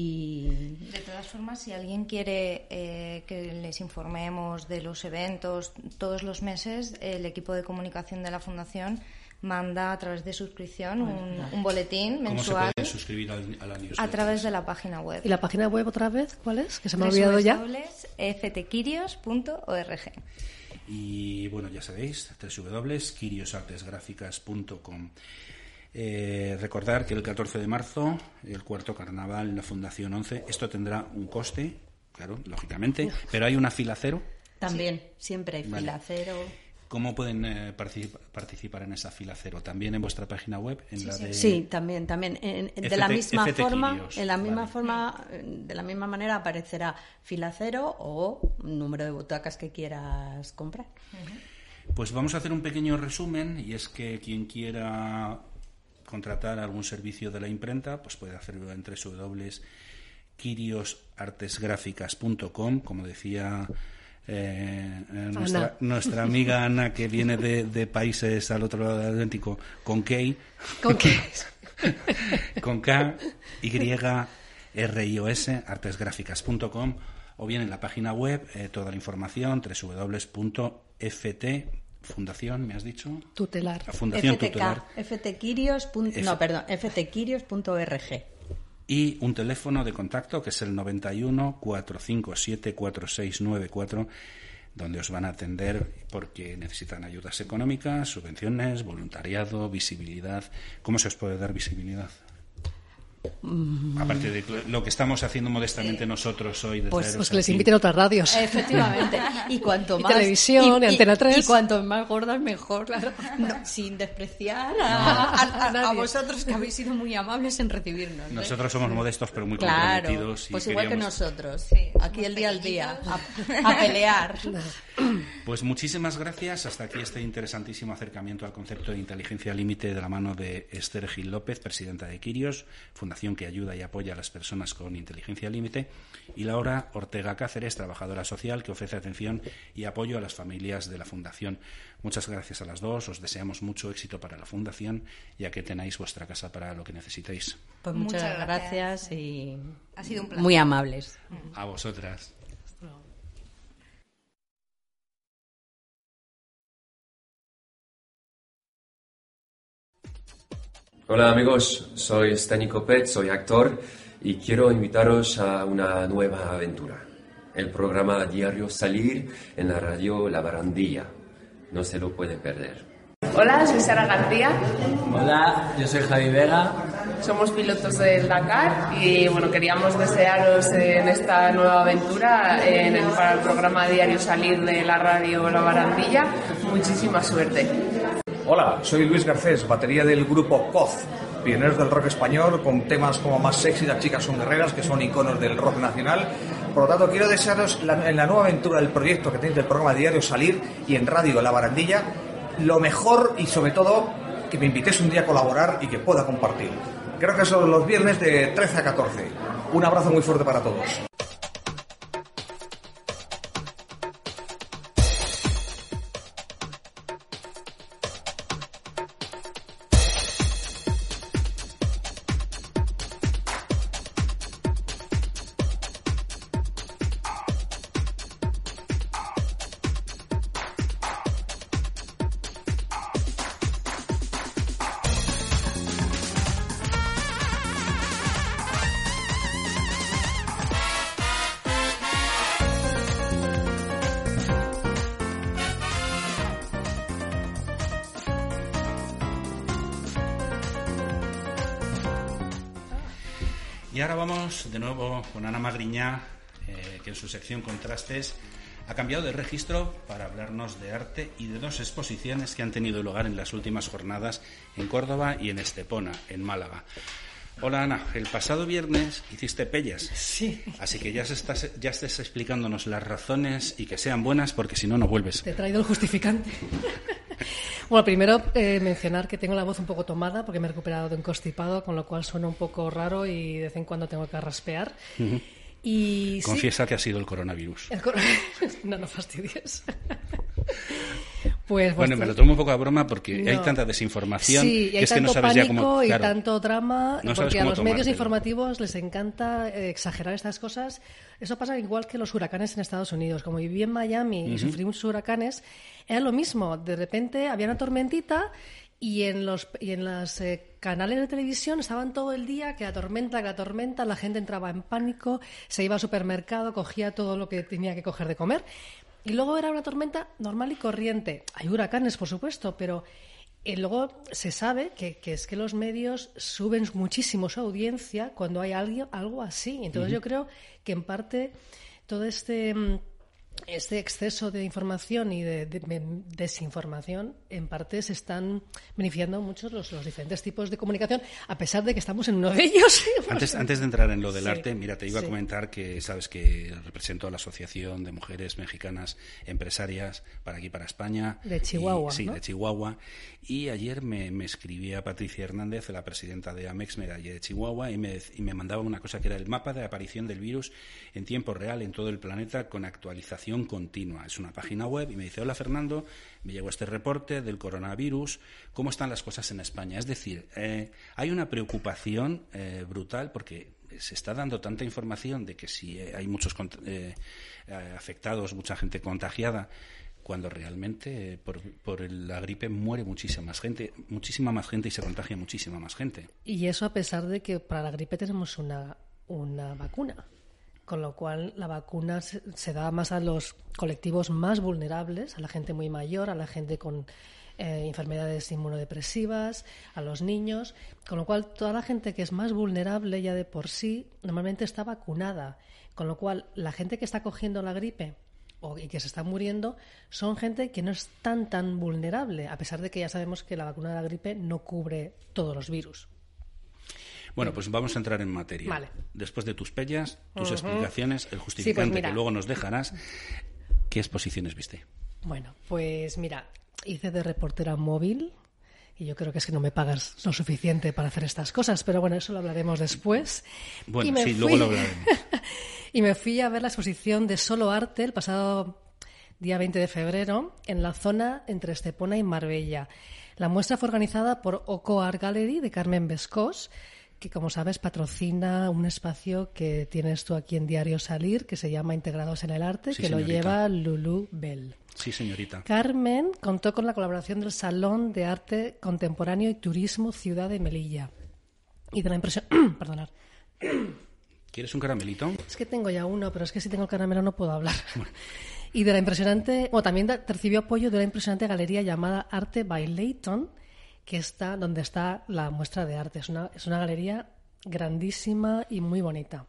Y de todas formas, si alguien quiere eh, que les informemos de los eventos todos los meses, el equipo de comunicación de la Fundación manda a través de suscripción un, un boletín mensual. ¿Cómo se puede suscribir a la newsletter? A través de la página web. ¿Y la página web otra vez cuál es? Que se me ha olvidado ya. doble u doble u doble u punto f t quirios punto org. Y bueno, ya sabéis, doble u doble u doble u punto quirios artes gráficas punto com. Eh, recordar que el catorce de marzo, el cuarto carnaval en la Fundación ONCE, esto tendrá un coste, claro, lógicamente, pero hay una fila cero. También, sí. Siempre hay vale. fila cero. ¿Cómo pueden eh, particip- participar en esa fila cero? ¿También en vuestra página web? En sí, la sí. de... sí, también, también. En, F T, de la misma F T forma, Quirios. en la misma vale. forma, de la misma manera aparecerá fila cero o un número de butacas que quieras comprar. Uh-huh. Pues vamos a hacer un pequeño resumen, y es que quien quiera contratar algún servicio de la imprenta, pues puede hacerlo en doble u doble u doble u punto quirios artes gráficas punto com, como decía eh, nuestra, nuestra amiga Ana, que viene de, de países al otro lado del Atlántico, con K, con K, con K, Y, R I O S, artes gráficas punto com, o bien en la página web eh, toda la información, doble u doble u doble u punto f t Fundación, ¿me has dicho? Tutelar. Fundación F T K, Tutelar. F T Quirios. F... No, perdón, f t quirios punto org. Y un teléfono de contacto que es el noventa y uno, cuatrocientos cincuenta y siete, cuarenta y seis noventa y cuatro, donde os van a atender porque necesitan ayudas económicas, subvenciones, voluntariado, visibilidad. ¿Cómo se os puede dar visibilidad? Mm. Aparte de lo que estamos haciendo modestamente eh, nosotros hoy. De pues, pues que les inviten a otras radios. Efectivamente. Y cuanto más. Y televisión, y, y Antena tres. Y cuanto más gordas, mejor. Claro. No, sin despreciar a, no, a, a, a vosotros, que habéis sido muy amables en recibirnos. ¿eh? Nosotros somos modestos, pero muy claro, comprometidos. Y pues igual queríamos... que nosotros. Sí, aquí el día al día. A, a pelear. Pues muchísimas gracias. Hasta aquí este interesantísimo acercamiento al concepto de inteligencia límite de la mano de Esther Gil López, presidenta de Quirios, fundación que ayuda y apoya a las personas con inteligencia límite, y Laura Ortega Cáceres, trabajadora social que ofrece atención y apoyo a las familias de la Fundación. Muchas gracias a las dos, os deseamos mucho éxito para la Fundación, ya que tenéis vuestra casa para lo que necesitéis. Pues muchas, muchas gracias. gracias y ha sido un placer. Muy amables. A vosotras. Hola amigos, soy Stani Copet, soy actor y quiero invitaros a una nueva aventura. El programa diario Salir en la radio La Barandilla. No se lo puede perder. Hola, soy Sara García. Hola, yo soy Javi Vega. somos pilotos del Dakar y bueno, queríamos desearos en esta nueva aventura en el, para el programa Diario Salir de la radio La Barandilla muchísima suerte. Hola, soy Luis Garcés, batería del grupo C O Z, pioneros del rock español con temas como Más sexy, Las chicas son guerreras, que son iconos del rock nacional. Por lo tanto, quiero desearos la, en la nueva aventura del proyecto que tenéis del programa Diario Salir y en Radio La Barandilla lo mejor y sobre todo que me invitéis un día a colaborar y que pueda compartir. Creo que son los viernes de trece a catorce. Un abrazo muy fuerte para todos. Y ahora vamos de nuevo con Ana Magriñá, eh, que en su sección Contrastes ha cambiado de registro para hablarnos de arte y de dos exposiciones que han tenido lugar en las últimas jornadas en Córdoba y en Estepona, en Málaga. Hola Ana, el pasado viernes hiciste Pellas. Sí. Así que ya, estás, ya estés explicándonos las razones y que sean buenas, porque si no, no vuelves. Te he traído el justificante. Bueno, primero eh, mencionar que tengo la voz un poco tomada porque me he recuperado de un constipado, con lo cual suena un poco raro y de vez en cuando tengo que raspear. Uh-huh. Y Confiesa sí, que ha sido el coronavirus. El cor... no, no fastidies. Pues, bueno, me lo tomo un poco a broma porque no. hay tanta desinformación sí, que hay es que no sabes pánico ya cómo... y claro, tanto drama, no porque a los tomártelo. medios informativos les encanta eh, exagerar estas cosas. Eso pasa igual que los huracanes en Estados Unidos. Como viví en Miami uh-huh. y sufrí muchos huracanes, era lo mismo. De repente había una tormentita y en los y en los eh, canales de televisión estaban todo el día que la tormenta, que la tormenta, la gente entraba en pánico, se iba al supermercado, cogía todo lo que tenía que coger de comer. Y luego era una tormenta normal y corriente. Hay huracanes, por supuesto, pero eh, luego se sabe que, que es que los medios suben muchísimo su audiencia cuando hay algo, algo así. Entonces uh-huh. yo creo que en parte todo este, este exceso de información y de, de, de desinformación, en parte se están beneficiando muchos los, los diferentes tipos de comunicación, a pesar de que estamos en uno de ellos. Antes, antes de entrar en lo del sí, arte, mira, te iba sí. a comentar que sabes que represento a la Asociación de Mujeres Mexicanas Empresarias para aquí, para España. De Chihuahua, y, Sí, ¿no? de Chihuahua. Y ayer me, me escribía Patricia Hernández, la presidenta de Amex, de Chihuahua, y me, y me mandaba una cosa que era el mapa de aparición del virus en tiempo real en todo el planeta con actualización continua. Es una página web y me dice, hola Fernando, me llegó este reporte del coronavirus, ¿cómo están las cosas en España? Es decir, eh, hay una preocupación eh, brutal porque se está dando tanta información de que si eh, hay muchos eh, afectados, mucha gente contagiada, cuando realmente eh, por, por la gripe muere muchísima más gente, muchísima más gente y se contagia muchísima más gente. Y eso a pesar de que para la gripe tenemos una, una vacuna. Con lo cual la vacuna se, se da más a los colectivos más vulnerables, a la gente muy mayor, a la gente con eh, enfermedades inmunodepresivas, a los niños, con lo cual toda la gente que es más vulnerable ya de por sí normalmente está vacunada, con lo cual la gente que está cogiendo la gripe o, y que se está muriendo son gente que no es tan tan vulnerable, a pesar de que ya sabemos que la vacuna de la gripe no cubre todos los virus. Bueno, pues vamos a entrar en materia. Vale. Después de tus pellas, tus uh-huh. explicaciones, el justificante sí, pues que luego nos dejarás, ¿qué exposiciones viste? Bueno, pues mira, hice de reportera móvil y yo creo que es que no me pagas lo suficiente para hacer estas cosas, pero bueno, eso lo hablaremos después. Bueno, sí, fui... luego lo hablaremos. Y me fui a ver la exposición de Solo Arte el pasado día veinte de febrero en la zona entre Estepona y Marbella. La muestra fue organizada por Oco Art Gallery de Carmen Bescós, que como sabes patrocina un espacio que tienes tú aquí en Diario Salir, que se llama Integrados en el Arte, sí, que señorita. Lo lleva Lulú Bell. Sí, señorita. Carmen contó con la colaboración del Salón de Arte Contemporáneo y Turismo Ciudad de Melilla y de la impresión... Perdonad. ¿Quieres un caramelito? Es que tengo ya uno, pero es que si tengo el caramelo no puedo hablar. Y de la impresionante... Bueno, también recibió apoyo de la impresionante galería llamada Arte by Layton, que está donde está la muestra de arte. Es una, es una galería grandísima y muy bonita.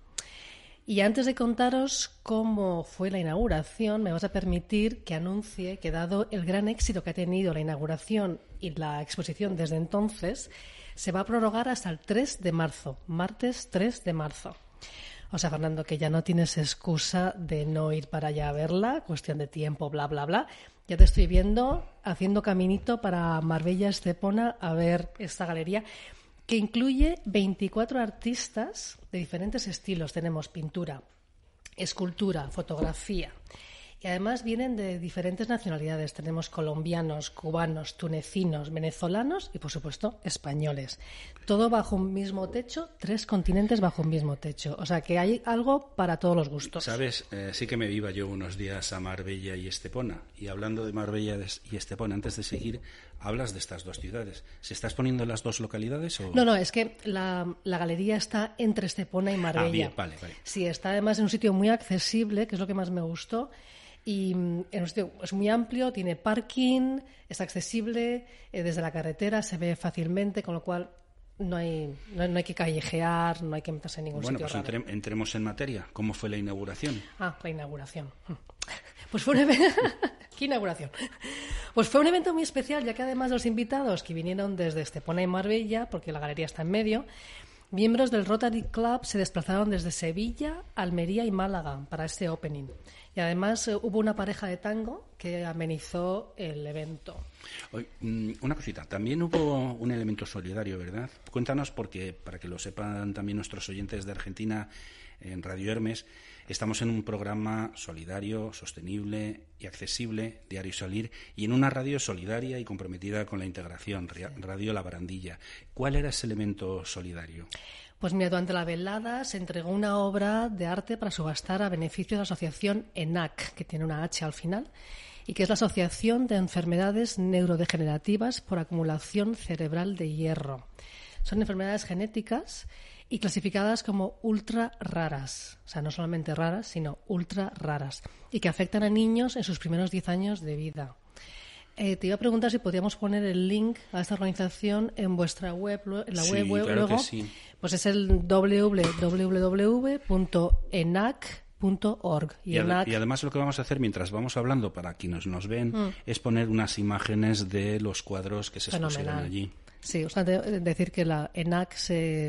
Y antes de contaros cómo fue la inauguración, me vas a permitir que anuncie que, dado el gran éxito que ha tenido la inauguración y la exposición desde entonces, se va a prorrogar hasta el tres de marzo, martes tres de marzo. O sea, Fernando, que ya no tienes excusa de no ir para allá a verla, cuestión de tiempo, bla, bla, bla. Ya te estoy viendo haciendo caminito para Marbella, Estepona, a ver esta galería, que incluye veinticuatro artistas de diferentes estilos. Tenemos pintura, escultura, fotografía. Y además vienen de diferentes nacionalidades. Tenemos colombianos, cubanos, tunecinos, venezolanos y, por supuesto, españoles. Todo bajo un mismo techo, tres continentes bajo un mismo techo. O sea que hay algo para todos los gustos. Sabes, eh, sí que me iba yo unos días a Marbella y Estepona. Y hablando de Marbella y Estepona, antes de seguir, hablas de estas dos ciudades. ¿Se estás poniendo en las dos localidades? O... No, no, es que la, la galería está entre Estepona y Marbella. Ah, bien, vale, vale. Sí, está además en un sitio muy accesible, que es lo que más me gustó. Y en un sitio es muy amplio, tiene parking, es accesible, eh, desde la carretera se ve fácilmente, con lo cual no hay, no, no hay que callejear, no hay que meterse en ningún bueno, sitio pues raro. Entre, entremos en materia. ¿Cómo fue la inauguración? Ah, la inauguración. Pues fue un evento... ¿Qué inauguración? Pues fue un evento muy especial, ya que además de los invitados que vinieron desde Estepona y Marbella, porque la galería está en medio, miembros del Rotary Club se desplazaron desde Sevilla, Almería y Málaga para este opening. Y además eh, hubo una pareja de tango que amenizó el evento. Oye, una cosita, también hubo un elemento solidario, ¿verdad? Cuéntanos, porque para que lo sepan también nuestros oyentes de Argentina en Radio Hermes, estamos en un programa solidario, sostenible y accesible, Diario Salir, y en una radio solidaria y comprometida con la integración, Radio La Barandilla. ¿Cuál era ese elemento solidario? Pues mira, durante la velada se entregó una obra de arte para subastar a beneficio de la asociación ENAC, que tiene una H al final, y que es la Asociación de Enfermedades Neurodegenerativas por Acumulación Cerebral de Hierro. Son enfermedades genéticas y clasificadas como ultra raras, o sea, no solamente raras, sino ultra raras, y que afectan a niños en sus primeros diez años de vida. Eh, te iba a preguntar si podíamos poner el link a esta organización en vuestra web, en la sí, web, web claro luego, que sí. Pues es el doble u doble u doble u punto enac punto org. Y, y, ad ENAC... y además lo que vamos a hacer mientras vamos hablando, para quienes nos ven, mm. es poner unas imágenes de los cuadros que se expusieron allí. Sí, o sea, de, decir que la ENAC se,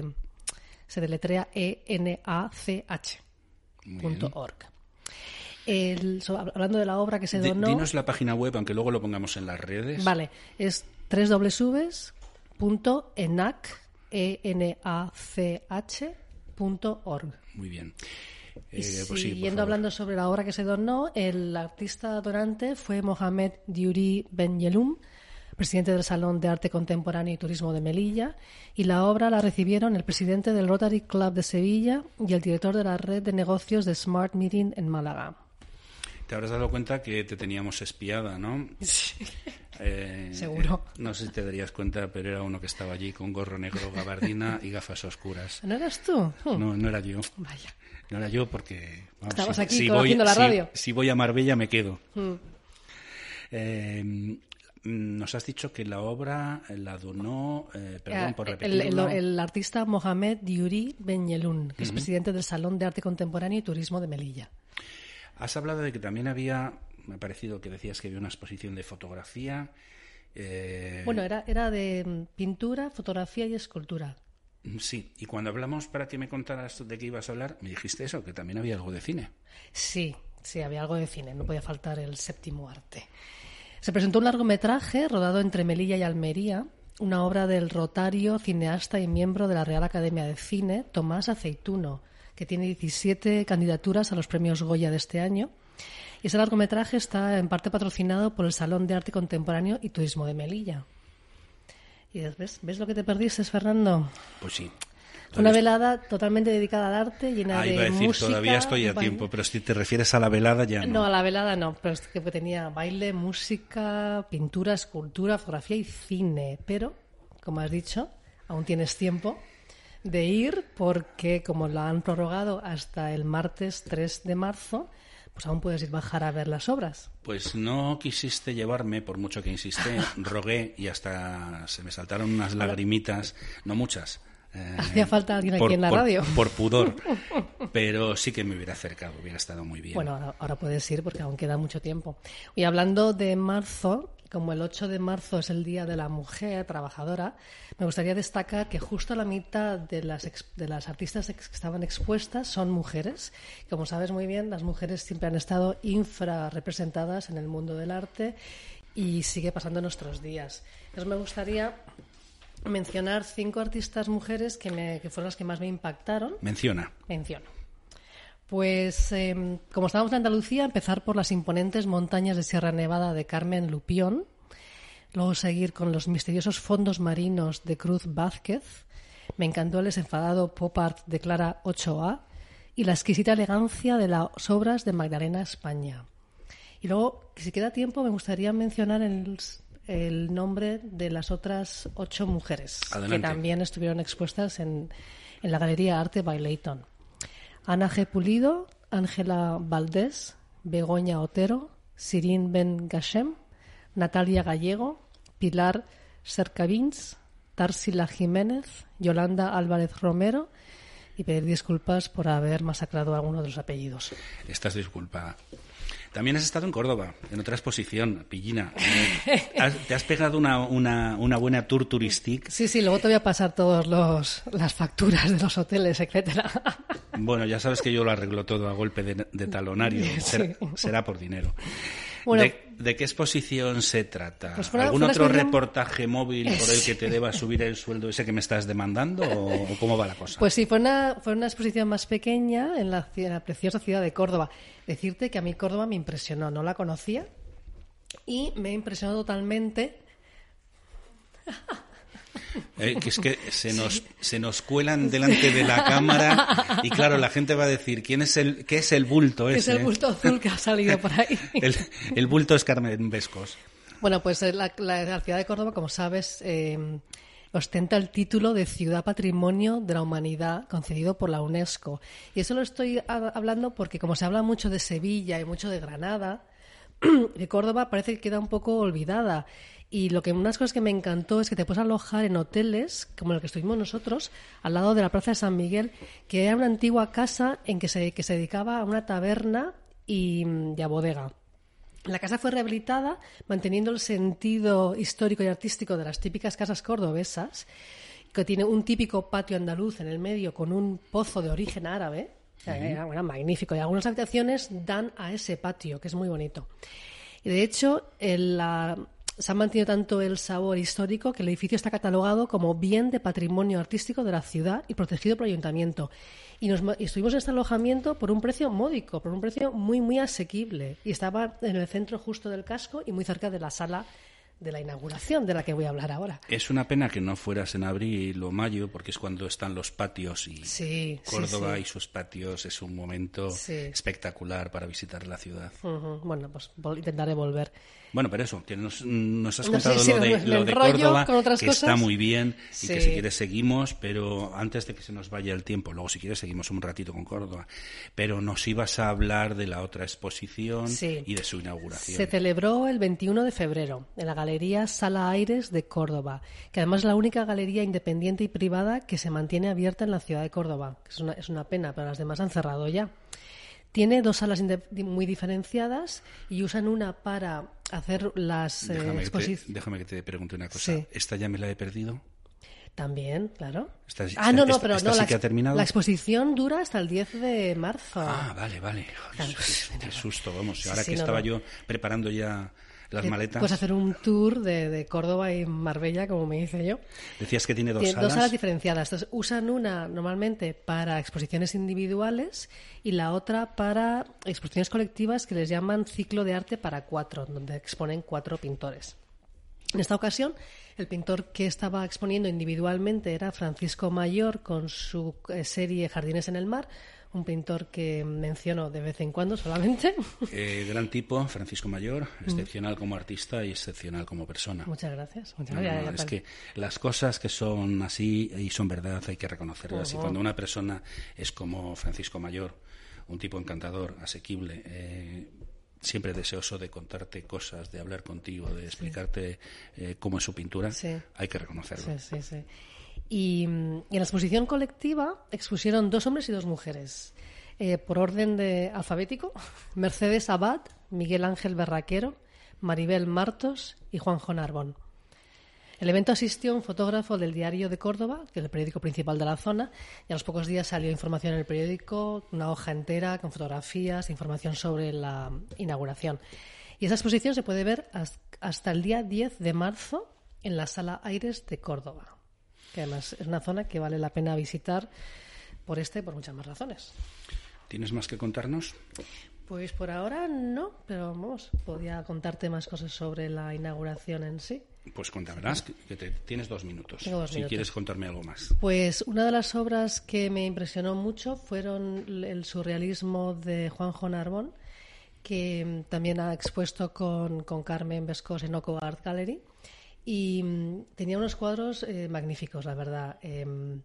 se deletrea E N A C H punto org. El, so, hablando de la obra que se donó... Dinos la página web, aunque luego lo pongamos en las redes. Vale, es doble u doble u doble u punto enac punto org. Muy bien. Eh, y pues siguiendo sí, hablando sobre la obra que se donó, el artista donante fue Mohamed Diuri Ben-Yelum, presidente del Salón de Arte Contemporáneo y Turismo de Melilla, y la obra la recibieron el presidente del Rotary Club de Sevilla y el director de la red de negocios de Smart Meeting en Málaga. Te habrás dado cuenta que te teníamos espiada, ¿no? Sí. Eh, Seguro. Eh, no sé si te darías cuenta, pero era uno que estaba allí con gorro negro, gabardina y gafas oscuras. ¿No eras tú? Hmm. No, no era yo. Vaya. No era yo porque... Vamos, Estabas si, aquí si haciendo la radio. Si, si voy a Marbella me quedo. Hmm. Eh, nos has dicho que la obra la donó, eh, perdón eh, por repetirlo. El, el, el artista Mohamed Diuri Ben-Yelum, que uh-huh. es presidente del Salón de Arte Contemporáneo y Turismo de Melilla. Has hablado de que también había, me ha parecido que decías que había una exposición de fotografía. Eh... Bueno, era, era de pintura, fotografía y escultura. Sí, y cuando hablamos para que me contaras de qué ibas a hablar, me dijiste eso, que también había algo de cine. Sí, sí, había algo de cine, no podía faltar el séptimo arte. Se presentó un largometraje rodado entre Melilla y Almería, una obra del rotario, cineasta y miembro de la Real Academia de Cine, Tomás Aceituno, que tiene diecisiete candidaturas a los premios Goya de este año. Y ese largometraje está en parte patrocinado por el Salón de Arte Contemporáneo y Turismo de Melilla. ¿Y ves, ves lo que te perdiste, Fernando? Pues sí. Una velada totalmente dedicada al arte, llena ah, de iba a decir, música. Todavía estoy a baile. tiempo, pero si te refieres a la velada ya no. No, a la velada no, pero es que tenía baile, música, pintura, escultura, fotografía y cine. Pero, como has dicho, aún tienes tiempo de ir porque, como la han prorrogado hasta el martes tres de marzo, pues aún puedes ir bajar a ver las obras. Pues no quisiste llevarme, por mucho que insisté, rogué y hasta se me saltaron unas lagrimitas, no muchas. Eh, Hacía falta alguien por, aquí en la por, radio. Por pudor, pero sí que me hubiera acercado, hubiera estado muy bien. Bueno, ahora, ahora puedes ir porque aún queda mucho tiempo. Y hablando de marzo, como el ocho de marzo es el Día de la Mujer Trabajadora, me gustaría destacar que justo la mitad de las, ex, de las artistas ex, que estaban expuestas son mujeres. Como sabes muy bien, las mujeres siempre han estado infrarrepresentadas en el mundo del arte y sigue pasando en nuestros días. Entonces me gustaría mencionar cinco artistas mujeres que, me, que fueron las que más me impactaron. Menciona. Menciono. Pues, eh, como estábamos en Andalucía, empezar por las imponentes montañas de Sierra Nevada de Carmen Lupión, luego seguir con los misteriosos fondos marinos de Cruz Vázquez, me encantó el desenfadado pop art de Clara Ochoa y la exquisita elegancia de las obras de Magdalena España. Y luego, si queda tiempo, me gustaría mencionar el... el nombre de las otras ocho mujeres. Adelante. Que también estuvieron expuestas en, en la Galería Arte by Leighton. Ana G. Pulido, Ángela Valdés, Begoña Otero, Sirin Ben Gashem, Natalia Gallego, Pilar Cercavins, Tarsila Jiménez, Yolanda Álvarez Romero, y pedir disculpas por haber masacrado alguno de los apellidos. Estás disculpada. También has estado en Córdoba, en otra exposición, Pillina. ¿Te has pegado una, una, una buena tour turística? Sí, sí, luego te voy a pasar todas las facturas de los hoteles, etcétera. Bueno, ya sabes que yo lo arreglo todo a golpe de, de talonario. Sí. Será, será por dinero. Bueno, ¿De, ¿De qué exposición se trata? Pues fuera, ¿Algún fuera otro exposición... reportaje móvil por el que te deba subir el sueldo ese que me estás demandando o, o cómo va la cosa? Pues sí, fue una, fue una exposición más pequeña en la, en la preciosa ciudad de Córdoba. Decirte que a mí Córdoba me impresionó, no la conocía y me impresionó totalmente. Eh, que es que se nos, sí. se nos cuelan delante de la cámara y claro, la gente va a decir ¿quién es el, ¿qué es el bulto ese? Es el bulto azul que ha salido por ahí. el, el bulto es Carmen Vescos. Bueno, pues la, la, la ciudad de Córdoba, como sabes, eh, ostenta el título de Ciudad Patrimonio de la Humanidad concedido por la UNESCO. Y eso lo estoy hablando porque como se habla mucho de Sevilla y mucho de Granada, de Córdoba parece que queda un poco olvidada. Y lo que unas cosas que me encantó es que te puedes alojar en hoteles, como el que estuvimos nosotros, al lado de la Plaza de San Miguel, que era una antigua casa en que se, que se dedicaba a una taberna y, y a bodega. La casa fue rehabilitada, manteniendo el sentido histórico y artístico de las típicas casas cordobesas, que tiene un típico patio andaluz en el medio con un pozo de origen árabe. O sea, era, era magnífico. Y algunas habitaciones dan a ese patio, que es muy bonito. Y de hecho, el, la... se ha mantenido tanto el sabor histórico que el edificio está catalogado como bien de patrimonio artístico de la ciudad y protegido por el ayuntamiento. Y, nos, y estuvimos en este alojamiento por un precio módico, por un precio muy, muy asequible. Y estaba en el centro justo del casco y muy cerca de la sala de la inauguración, de la que voy a hablar ahora. Es una pena que no fueras en abril o mayo, porque es cuando están los patios y sí, Córdoba sí, sí. y sus patios es un momento sí. espectacular para visitar la ciudad. Uh-huh. Bueno, pues vol- intentaré volver. Bueno, pero eso, que nos, nos has no contado sé si lo de, me lo de Córdoba, con otras que cosas. Está muy bien Sí. y que si quieres seguimos, pero antes de que se nos vaya el tiempo, luego si quieres seguimos un ratito con Córdoba, pero nos ibas a hablar de la otra exposición sí. y de su inauguración. Se celebró el veintiuno de febrero en la Galería Sala Aires de Córdoba, que además es la única galería independiente y privada que se mantiene abierta en la ciudad de Córdoba, que es una, es una pena, pero las demás han cerrado ya. Tiene dos salas muy diferenciadas y usan una para hacer las déjame, eh, exposiciones. Que déjame que te pregunte una cosa. Sí. ¿Esta ya me la he perdido? También, claro. Esta, esta, ah, no, no, esta, pero esta no. Sí la, que ha terminado. La exposición dura hasta el diez de marzo. Ah, vale, vale. Claro, qué, qué susto, vamos. Sí, Ahora sí, que no, estaba no. yo preparando ya las maletas. Puedes hacer un tour de, de Córdoba y Marbella, como me hice yo. Decías que tiene dos tiene salas. Dos salas diferenciadas. Entonces, usan una normalmente para exposiciones individuales y la otra para exposiciones colectivas que les llaman ciclo de arte para cuatro, donde exponen cuatro pintores. En esta ocasión, el pintor que estaba exponiendo individualmente era Francisco Mayor con su serie Jardines en el Mar, un pintor que menciono de vez en cuando solamente. Eh, gran tipo, Francisco Mayor, excepcional como artista y excepcional como persona. Muchas gracias. Muchas no, gracias. No, es que las cosas que son así y son verdad hay que reconocerlas. Uh-huh. Y cuando una persona es como Francisco Mayor, un tipo encantador, asequible, eh, siempre deseoso de contarte cosas, de hablar contigo, de explicarte eh, cómo es su pintura, sí. Hay que reconocerlo. Sí, sí, sí. Y, y en la exposición colectiva expusieron dos hombres y dos mujeres. Eh, por orden de alfabético, Mercedes Abad, Miguel Ángel Berraquero, Maribel Martos y Juanjo Narbón. El evento asistió un fotógrafo del Diario de Córdoba, que es el periódico principal de la zona, y a los pocos días salió información en el periódico, una hoja entera con fotografías, información sobre la inauguración. Y esa exposición se puede ver hasta el día diez de marzo en la Sala Aires de Córdoba, que además es una zona que vale la pena visitar por este y por muchas más razones. ¿Tienes más que contarnos? Pues por ahora no, pero vamos, podía contarte más cosas sobre la inauguración en sí. Pues cuéntamelas, que te, tienes dos minutos, Tengo dos si minutos. quieres contarme algo más. Pues una de las obras que me impresionó mucho fueron el surrealismo de Juanjo Narbón, que también ha expuesto con, con Carmen Bescos en Oco Art Gallery, y um, tenía unos cuadros eh, magníficos, la verdad. Eh,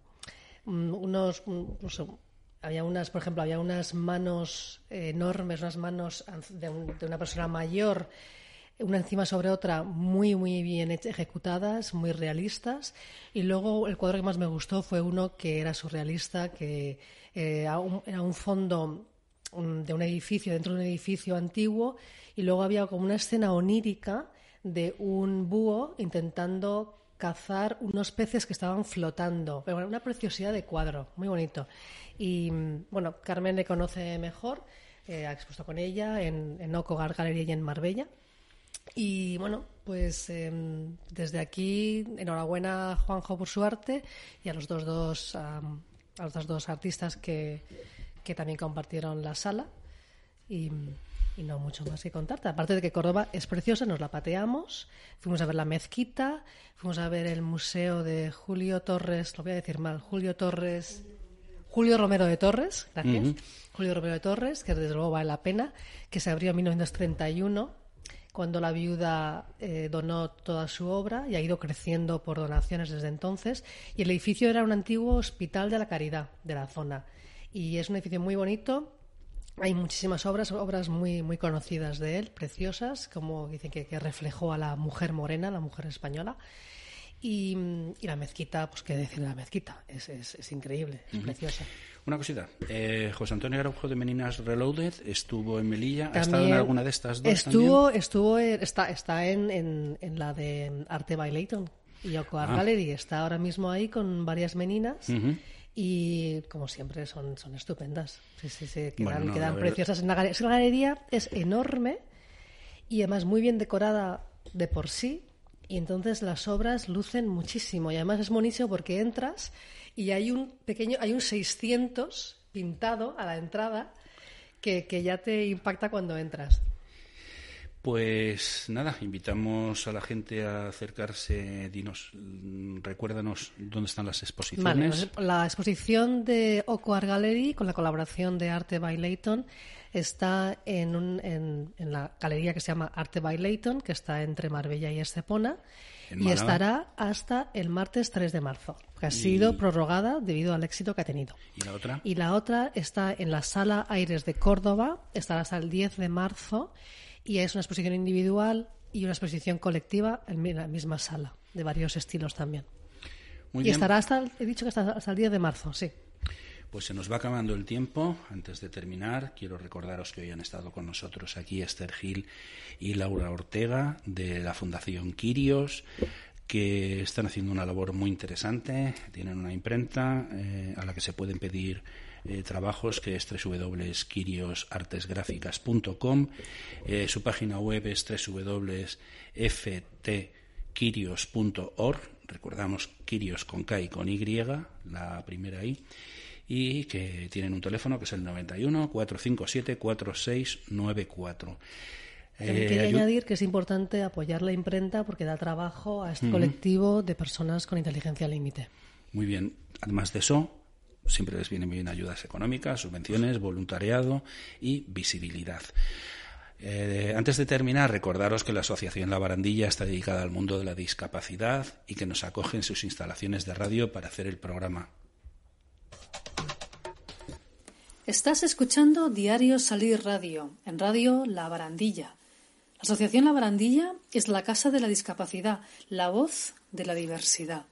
unos... unos Había unas, por ejemplo, había unas manos enormes, unas manos de, un, de una persona mayor, una encima sobre otra, muy, muy bien ejecutadas, muy realistas. Y luego el cuadro que más me gustó fue uno que era surrealista, que eh, era un fondo de un edificio, dentro de un edificio antiguo, y luego había como una escena onírica de un búho intentando cazar unos peces que estaban flotando. Pero bueno, una preciosidad de cuadro, muy bonito. Y bueno, Carmen le conoce mejor, eh, ha expuesto con ella en, en Oco Art Gallery y en Marbella. Y bueno, pues eh, desde aquí, enhorabuena a Juanjo por su arte y a los dos, dos, um, a los dos artistas que, que también compartieron la sala. Y, y no mucho más que contarte. Aparte de que Córdoba es preciosa, nos la pateamos, fuimos a ver la mezquita, fuimos a ver el museo de Julio Torres, lo voy a decir mal, Julio Torres... Julio Romero de Torres, gracias. Uh-huh. Julio Romero de Torres, que desde luego vale la pena, que se abrió en mil novecientos treinta y uno, cuando la viuda eh, donó toda su obra y ha ido creciendo por donaciones desde entonces. Y el edificio era un antiguo hospital de la caridad de la zona. Y es un edificio muy bonito. Hay muchísimas obras, obras muy, muy conocidas de él, preciosas, como dicen que, que reflejó a la mujer morena, la mujer española. Y, y la mezquita, pues qué decir de la mezquita, es, es, es increíble, es uh-huh. preciosa. Una cosita, eh, José Antonio Araujo de Meninas Reloaded estuvo en Melilla, ¿ha estado en alguna de estas dos estuvo, también? Estuvo, está, está en, en, en la de Arte by Leighton y Oco Art ah. Gallery, está ahora mismo ahí con varias meninas. Uh-huh. Y como siempre son, son estupendas, sí, sí, sí, quedan, bueno, no, quedan preciosas. En la, galería, la galería es enorme y además muy bien decorada de por sí. Y entonces las obras lucen muchísimo y además es buenísimo porque entras y hay un pequeño, hay un seiscientos pintado a la entrada que, que ya te impacta cuando entras. Pues nada, invitamos a la gente a acercarse. Dinos, recuérdanos dónde están las exposiciones. Vale, la exposición de Oco Art Gallery con la colaboración de Arte by Leighton está en, un, en, en la galería que se llama Arte by Leighton, que está entre Marbella y Estepona, y estará hasta el martes tres de marzo, que ha y... sido prorrogada debido al éxito que ha tenido. ¿Y la otra? Y la otra está en la Sala Aires de Córdoba, estará hasta el diez de marzo, y es una exposición individual y una exposición colectiva en la misma sala, de varios estilos también. Muy y bien. Estará hasta, he dicho que hasta, hasta el diez de marzo, sí. Pues se nos va acabando el tiempo. Antes de terminar, quiero recordaros que hoy han estado con nosotros aquí Esther Gil y Laura Ortega de la Fundación Quirios, que están haciendo una labor muy interesante. Tienen una imprenta eh, a la que se pueden pedir eh, trabajos, que es doble u doble u doble u punto quirios artes gráficas punto com. Eh, su página web es doble u doble u doble u punto f t quirios punto org. Recordamos Quirios con K y con Y, la primera I. Y que tienen un teléfono que es el noventa y uno, cuatrocientos cincuenta y siete, cuarenta y seis noventa y cuatro. Eh, quería ayud- añadir que es importante apoyar la imprenta porque da trabajo a este uh-huh. colectivo de personas con inteligencia límite. Muy bien. Además de eso, siempre les vienen bien ayudas económicas, subvenciones, voluntariado y visibilidad. Eh, antes de terminar, recordaros que la Asociación La Barandilla está dedicada al mundo de la discapacidad y que nos acoge en sus instalaciones de radio para hacer el programa. Estás escuchando Diario Salir Radio, en Radio La Barandilla. La Asociación La Barandilla es la casa de la discapacidad, la voz de la diversidad.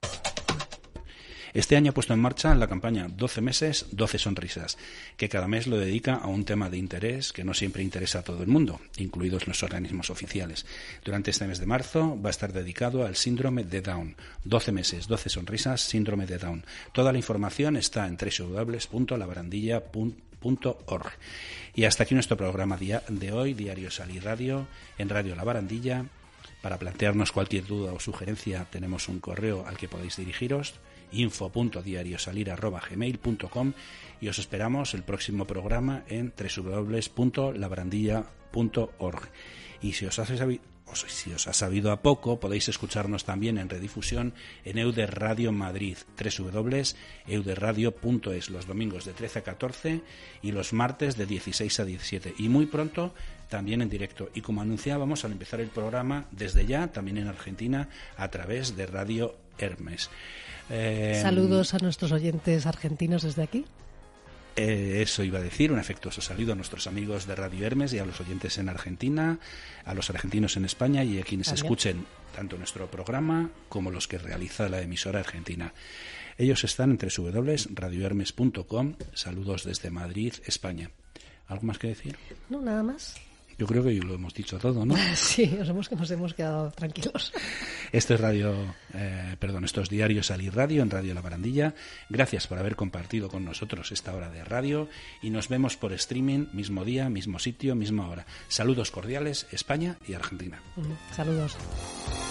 Este año ha puesto en marcha la campaña doce meses, doce sonrisas, que cada mes lo dedica a un tema de interés que no siempre interesa a todo el mundo, incluidos los organismos oficiales. Durante este mes de marzo va a estar dedicado al síndrome de Down. doce meses, doce sonrisas, síndrome de Down. Toda la información está en doble u doble u doble u punto la barandilla punto org. Y hasta aquí nuestro programa de hoy, Diario Salir Radio, en Radio La Barandilla. Para plantearnos cualquier duda o sugerencia tenemos un correo al que podéis dirigiros, info punto diariosalir arroba gmail punto com, y os esperamos el próximo programa en doble u doble u doble u punto la barandilla punto org. Y si os, ha sabido, si os ha sabido a poco, podéis escucharnos también en redifusión en Euder Radio Madrid, doble u doble u doble u punto euder radio punto es, los domingos de trece a catorce y los martes de dieciséis a diecisiete. Y muy pronto también en directo. Y como anunciábamos al empezar el programa, desde ya, también en Argentina, a través de Radio Hermes. Eh, Saludos a nuestros oyentes argentinos desde aquí. Eh, eso iba a decir, un afectuoso saludo a nuestros amigos de Radio Hermes y a los oyentes en Argentina, a los argentinos en España y a quienes también escuchen tanto nuestro programa como los que realiza la emisora argentina. Ellos están en doble u doble u doble u punto radio hermes punto com. Saludos desde Madrid, España. ¿Algo más que decir? No, nada más. Yo creo que lo hemos dicho todo, ¿no? Sí, nos hemos, nos hemos quedado tranquilos. Esto es radio, eh, perdón, esto es Diario Salir Radio en Radio La Barandilla. Gracias por haber compartido con nosotros esta hora de radio y nos vemos por streaming, mismo día, mismo sitio, misma hora. Saludos cordiales, España y Argentina. Saludos.